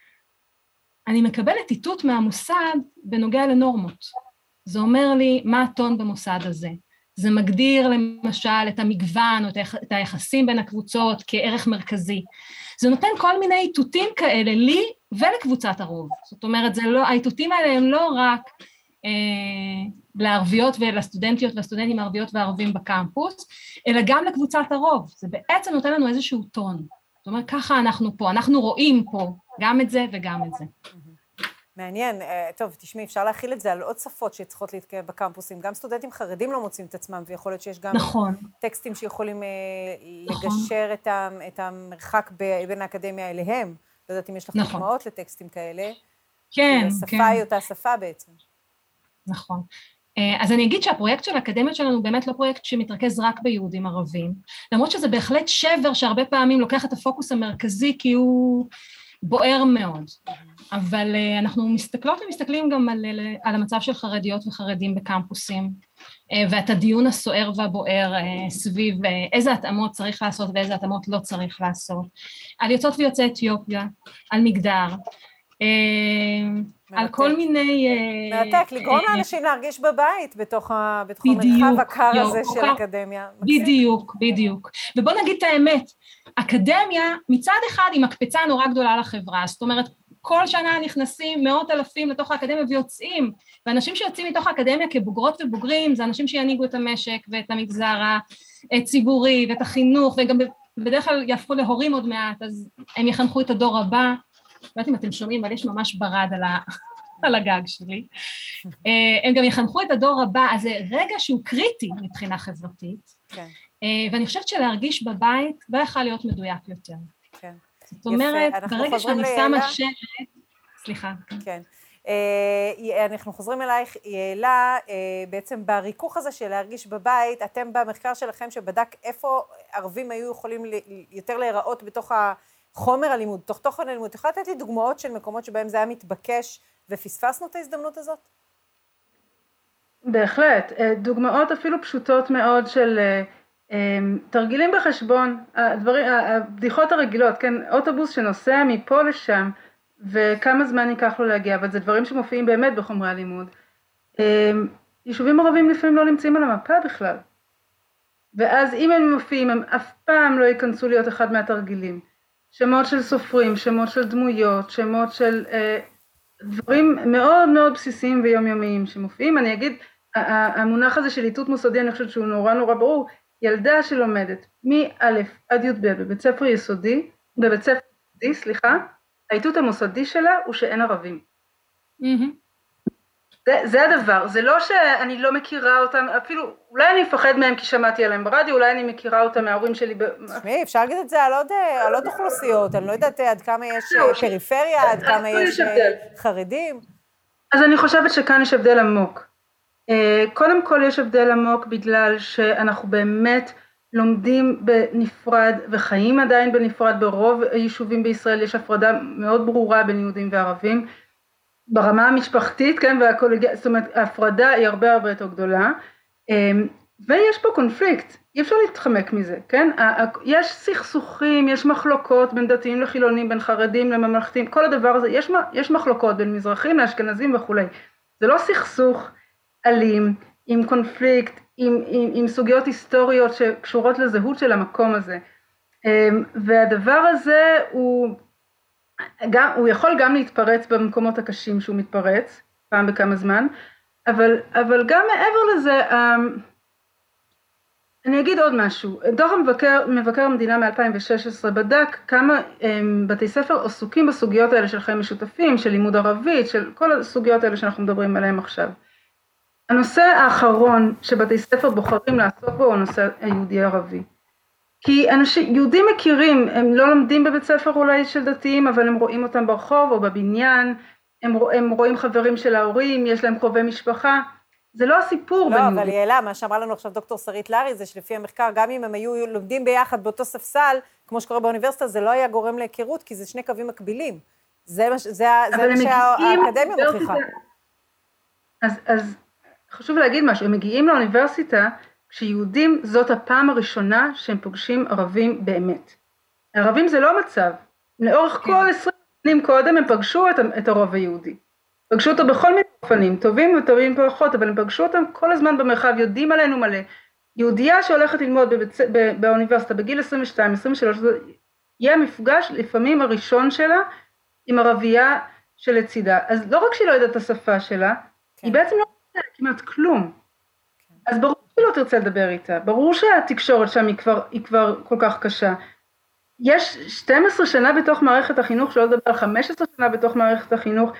אני מקבלת איתות מהמוסד בנוגע לנורמות. זה אומר לי מה הטון במוסד הזה. זה מגדיר למשל את המגוון או את היחסים בין הקבוצות כערך מרכזי. זה נותן כל מיני איתותים כאלה לי ולקבוצת הרוב. זאת אומרת, זה לא, האיתותים האלה הם לא רק אה, לערביות ולסטודנטיות והסטודנטים הערביות והערבים בקמפוס, אלא גם לקבוצת הרוב. זה בעצם נותן לנו איזשהו טון. זאת אומרת, ככה אנחנו פה, אנחנו רואים פה גם את זה וגם את זה. מעניין. טוב, תשמעי, אפשר להכיל את זה על עוד שפות שצריכות להתקיים בקמפוסים. גם סטודנטים חרדים לא מוצאים את עצמם, ויכול להיות שיש גם נכון. טקסטים שיכולים נכון. לגשר את, ה, את המרחק בין האקדמיה אליהם. לא יודעת אם יש לך נכון. דוגמאות לטקסטים כאלה. כן, השפה כן. היא אותה שפה בעצם. נכון. אז אני אגיד שהפרויקט של האקדמיות שלנו הוא באמת לא פרויקט שמתרכז רק ביהודים ערבים, למרות שזה בהחלט שבר שהרבה פעמים לוקח את הפוקוס המרכזי כי הוא בוער מאוד, אבל אנחנו מסתכלות ומסתכלים גם על, על המצב של חרדיות וחרדים בקמפוסים, ואת הדיון הסוער והבוער סביב איזה התאמות צריך לעשות ואיזה התאמות לא צריך לעשות, על יוצאות ויוצאי אתיופיה, על מגדר, על כל מיני... מרתק, לגרום לאנשים להרגיש בבית בתוך המרחב הקר הזה של אקדמיה. בדיוק, בדיוק. ובוא נגיד את האמת, אקדמיה מצד אחד היא מקפצה נורא גדולה לחברה, זאת אומרת, כל שנה נכנסים מאות אלפים לתוך האקדמיה ויוצאים, ואנשים שיוצאים מתוך האקדמיה כבוגרות ובוגרים, זה אנשים שינהיגו את המשק ואת המגזר הציבורי ואת החינוך, וגם בדרך כלל יהפכו להורים עוד מעט, אז הם יחנכו את הדור הבא, לא יודעת אם אתם שומעים, אבל יש ממש ברד על, ה... על הגג שלי. הם גם יחנכו את הדור הבא, אז זה רגע שהוא קריטי מבחינה חברתית, כן. ואני חושבת שלהרגיש בבית לא יכול להיות מדויק יותר. כן. זאת אומרת, ברגע שאני שמה שלט, סליחה. כן. אנחנו חוזרים אלייך, יעלה, בעצם בריכוך הזה של להרגיש בבית, אתם במחקר שלכם שבדק איפה ערבים היו יכולים יותר להיראות בתוך ה... חומר הלימוד, תוך תוכן הלימוד, יכולה לתת לי דוגמאות של מקומות שבהם זה היה מתבקש ופספסנו את ההזדמנות הזאת? בהחלט, דוגמאות אפילו פשוטות מאוד של תרגילים בחשבון, הדברים, הבדיחות הרגילות, כן, אוטובוס שנוסע מפה לשם וכמה זמן ייקח לו להגיע, אבל זה דברים שמופיעים באמת בחומרי הלימוד. יישובים ערבים לפעמים לא נמצאים על המפה בכלל, ואז אם הם מופיעים הם אף פעם לא ייכנסו להיות אחד מהתרגילים. שמות של סופרים, שמות של דמויות, שמות של אה, דברים מאוד מאוד בסיסיים ויומיומיים שמופיעים. אני אגיד, המונח הזה של איתות מוסדי, אני חושבת שהוא נורא נורא ברור, ילדה שלומדת מא' עד י"ב בבית ספר יסודי, בבית ספר יסודי, סליחה, האיתות המוסדי שלה הוא שאין ערבים. Mm-hmm. זה, זה הדבר, זה לא שאני לא מכירה אותם, אפילו, אולי אני אפחד מהם כי שמעתי עליהם ברדיו, אולי אני מכירה אותם מההורים שלי. תשמעי, אפשר להגיד את זה על עוד, על עוד אוכלוסיות, אני לא יודעת עד כמה יש פריפריה, עד כמה יש חרדים. אז אני חושבת שכאן יש הבדל עמוק. קודם כל יש הבדל עמוק בגלל שאנחנו באמת לומדים בנפרד וחיים עדיין בנפרד, ברוב היישובים בישראל יש הפרדה מאוד ברורה בין יהודים וערבים, ברמה המשפחתית, כן, והקולגיה, זאת אומרת, ההפרדה היא הרבה הרבה יותר גדולה, ויש פה קונפליקט, אי אפשר להתחמק מזה, כן, יש סכסוכים, יש מחלוקות בין דתיים לחילונים, בין חרדים לממלכתיים, כל הדבר הזה, יש, יש מחלוקות בין מזרחים לאשכנזים וכולי, זה לא סכסוך אלים, עם קונפליקט, עם, עם, עם סוגיות היסטוריות שקשורות לזהות של המקום הזה, והדבר הזה הוא, גם, הוא יכול גם להתפרץ במקומות הקשים שהוא מתפרץ, פעם בכמה זמן, אבל, אבל גם מעבר לזה, אני אגיד עוד משהו, דוח המבקר, מבקר המדינה מ-אלפיים ושש עשרה בדק כמה בתי ספר עסוקים בסוגיות האלה של חיים משותפים, של לימוד ערבית, של כל הסוגיות האלה שאנחנו מדברים עליהן עכשיו. הנושא האחרון שבתי ספר בוחרים לעסוק בו הוא הנושא היהודי ערבי. כי אנשים, יהודים מכירים, הם לא לומדים בבית ספר אולי של דתיים, אבל הם רואים אותם ברחוב או בבניין, הם, הם רואים חברים של ההורים, יש להם קרובי משפחה, זה לא הסיפור. לא, אבל יעלה, מה שאמרה לנו עכשיו דוקטור שרית לרי, זה שלפי המחקר, גם אם הם היו לומדים ביחד באותו ספסל, כמו שקורה באוניברסיטה, זה לא היה גורם להיכרות, כי זה שני קווים מקבילים. זה מה שהאקדמיה מוכיחה. אז, אז חשוב להגיד משהו, הם מגיעים לאוניברסיטה, כשיהודים זאת הפעם הראשונה שהם פוגשים ערבים באמת. ערבים זה לא מצב. לאורך כל עשרים שנים קודם הם פגשו את, את הרוב היהודי. פגשו אותו בכל מיני אופנים, טובים וטובים פחות, אבל הם פגשו אותם כל הזמן במרחב, יודעים עלינו מלא. יהודייה שהולכת ללמוד בבצ... באוניברסיטה בגיל עשרים ושתיים עשרים ושלוש, זה יהיה המפגש לפעמים הראשון שלה עם ערבייה שלצידה. אז לא רק שהיא לא יודעת את השפה שלה, כן. היא בעצם לא יודעת כמעט כלום. כן. אז ברור שהיא לא תרצה לדבר איתה, ברור שהתקשורת שם היא כבר, היא כבר כל כך קשה. יש שתים עשרה שנה בתוך מערכת החינוך, שלא לדבר על חמש עשרה שנה בתוך מערכת החינוך,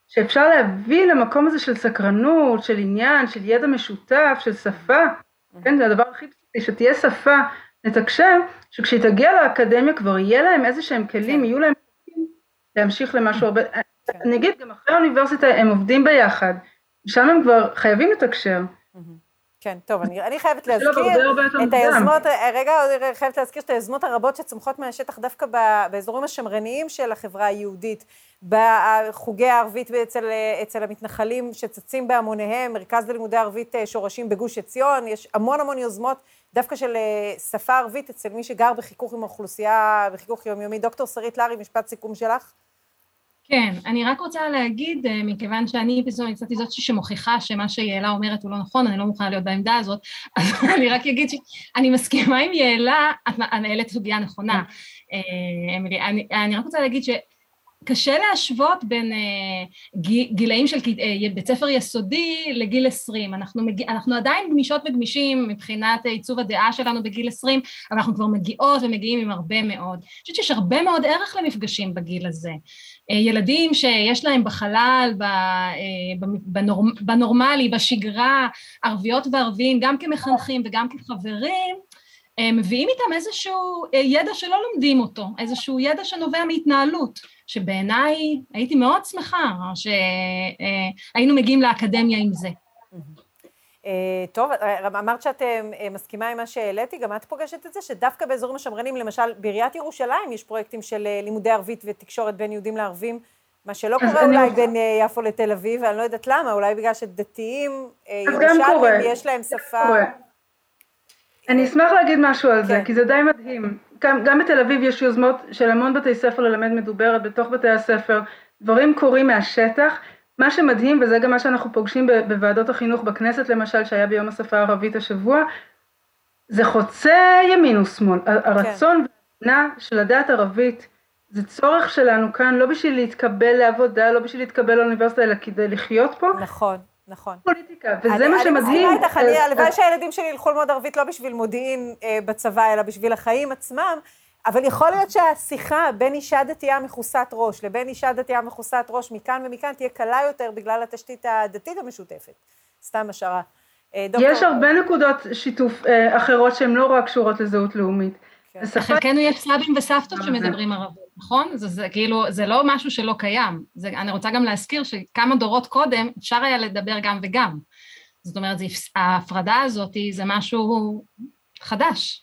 שאפשר להביא למקום הזה של סקרנות, של עניין, של ידע משותף, של שפה, כן, זה הדבר הכי בסיסי, שתהיה שפה לתקשר, שכשהיא תגיע לאקדמיה כבר יהיה להם איזה שהם כלים, יהיו להם כלים להמשיך למשהו הרבה, אני אגיד, גם אחרי האוניברסיטה הם עובדים ביחד, שם הם כבר חייבים לתקשר. כן, טוב, אני, אני חייבת להזכיר את היוזמות, רגע, אני חייבת להזכיר את היוזמות הרבות שצומחות מהשטח דווקא באזורים השמרניים של החברה היהודית, בחוגי הערבית אצל, אצל המתנחלים שצצים בהמוניהם, מרכז ללימודי ערבית שורשים בגוש עציון, יש המון המון יוזמות דווקא של שפה ערבית אצל מי שגר בחיכוך עם האוכלוסייה, בחיכוך יומיומי. דוקטור שרית לרי, משפט סיכום שלך? כן, אני רק רוצה להגיד, מכיוון שאני בזו, אני זאת שמוכיחה שמה שיעלה אומרת הוא לא נכון, אני לא מוכנה להיות בעמדה הזאת, אז אני רק אגיד שאני מסכימה עם יעלה, אני העלית סוגיה נכונה. אמילי, אני, אני רק רוצה להגיד שקשה להשוות בין גילאים של בית ספר יסודי לגיל עשרים, אנחנו, מגיע, אנחנו עדיין גמישות וגמישים מבחינת עיצוב הדעה שלנו בגיל עשרים, אבל אנחנו כבר מגיעות ומגיעים עם הרבה מאוד. אני חושבת שיש הרבה מאוד ערך למפגשים בגיל הזה. ילדים שיש להם בחלל, בנורמלי, בשגרה, ערביות וערבים, גם כמחנכים וגם כחברים, מביאים איתם איזשהו ידע שלא לומדים אותו, איזשהו ידע שנובע מהתנהלות, שבעיניי הייתי מאוד שמחה שהיינו מגיעים לאקדמיה עם זה. טוב, אמרת שאת מסכימה עם מה שהעליתי, גם את פוגשת את זה, שדווקא באזורים השמרנים, למשל בעיריית ירושלים, יש פרויקטים של לימודי ערבית ותקשורת בין יהודים לערבים, מה שלא קורה אולי בין יפו לתל אביב, ואני לא יודעת למה, אולי בגלל שדתיים ירושלים יש להם שפה. אני אשמח להגיד משהו על זה, כי זה די מדהים. גם בתל אביב יש יוזמות של המון בתי ספר ללמד מדוברת בתוך בתי הספר, דברים קורים מהשטח, מה שמדהים, וזה גם מה שאנחנו פוגשים בוועדות החינוך בכנסת, למשל, שהיה ביום השפה הערבית השבוע, זה חוצה ימין ושמאל. הרצון והבנה של לדעת ערבית, זה צורך שלנו כאן, לא בשביל להתקבל לעבודה, לא בשביל להתקבל לאוניברסיטה, אלא כדי לחיות פה. נכון, נכון. פוליטיקה, וזה מה שמדהים. אני מסכימה איתך, הלוואי שהילדים שלי ילכו ללמוד ערבית, לא בשביל מודיעין בצבא, אלא בשביל החיים עצמם, אבל יכול להיות שהשיחה בין אישה דתייה מחוסת ראש לבין אישה דתייה מחוסת ראש מכאן ומכאן תהיה קלה יותר בגלל התשתית הדתית המשותפת. סתם השערה. יש הרבה נקודות שיתוף אחרות שהן לא רק קשורות לזהות לאומית. חלקנו יש סבים וסבתות שמדברים ערבית, נכון? זה כאילו, זה לא משהו שלא קיים. אני רוצה גם להזכיר שכמה דורות קודם אפשר היה לדבר גם וגם. זאת אומרת, ההפרדה הזאת זה משהו חדש.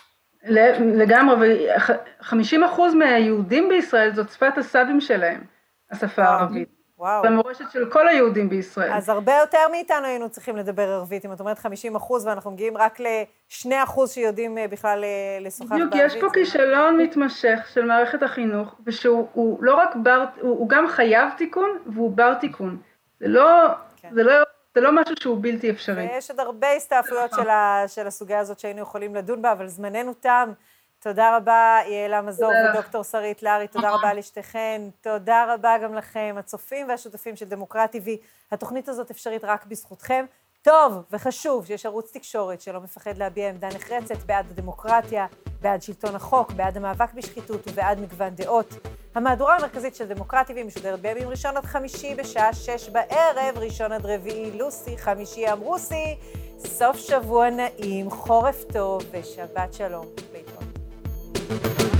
לגמרי, ו-חמישים אחוז מהיהודים בישראל זאת שפת הסבים שלהם, השפה הערבית. וואו. במורשת של כל היהודים בישראל. אז הרבה יותר מאיתנו היינו צריכים לדבר ערבית, אם את אומרת חמישים אחוז, ואנחנו מגיעים רק ל-שני אחוז שיודעים בכלל לשוחח בערבית. בדיוק, יש פה כישלון מתמשך של מערכת החינוך, ושהוא לא רק בר, הוא גם חייב תיקון, והוא בר תיקון. זה לא, זה לא... זה לא משהו שהוא בלתי אפשרי. ויש עוד הרבה הסתעפויות של, ה, של הסוגיה הזאת שהיינו יכולים לדון בה, אבל זמננו תם. תודה רבה, יעלה מזור ודוקטור שרית לרי, תודה רבה לשתיכן, תודה רבה גם לכם, הצופים והשותפים של דמוקרט טי וי. התוכנית הזאת אפשרית רק בזכותכם. טוב וחשוב שיש ערוץ תקשורת שלא מפחד להביע עמדה נחרצת בעד הדמוקרטיה, בעד שלטון החוק, בעד המאבק בשחיתות ובעד מגוון דעות. המהדורה המרכזית של דמוקרט טי וי משודרת בימים ראשון עד חמישי בשעה שש בערב, ראשון עד רביעי לוסי, חמישי אמרוסי, סוף שבוע נעים, חורף טוב ושבת שלום. להתראות.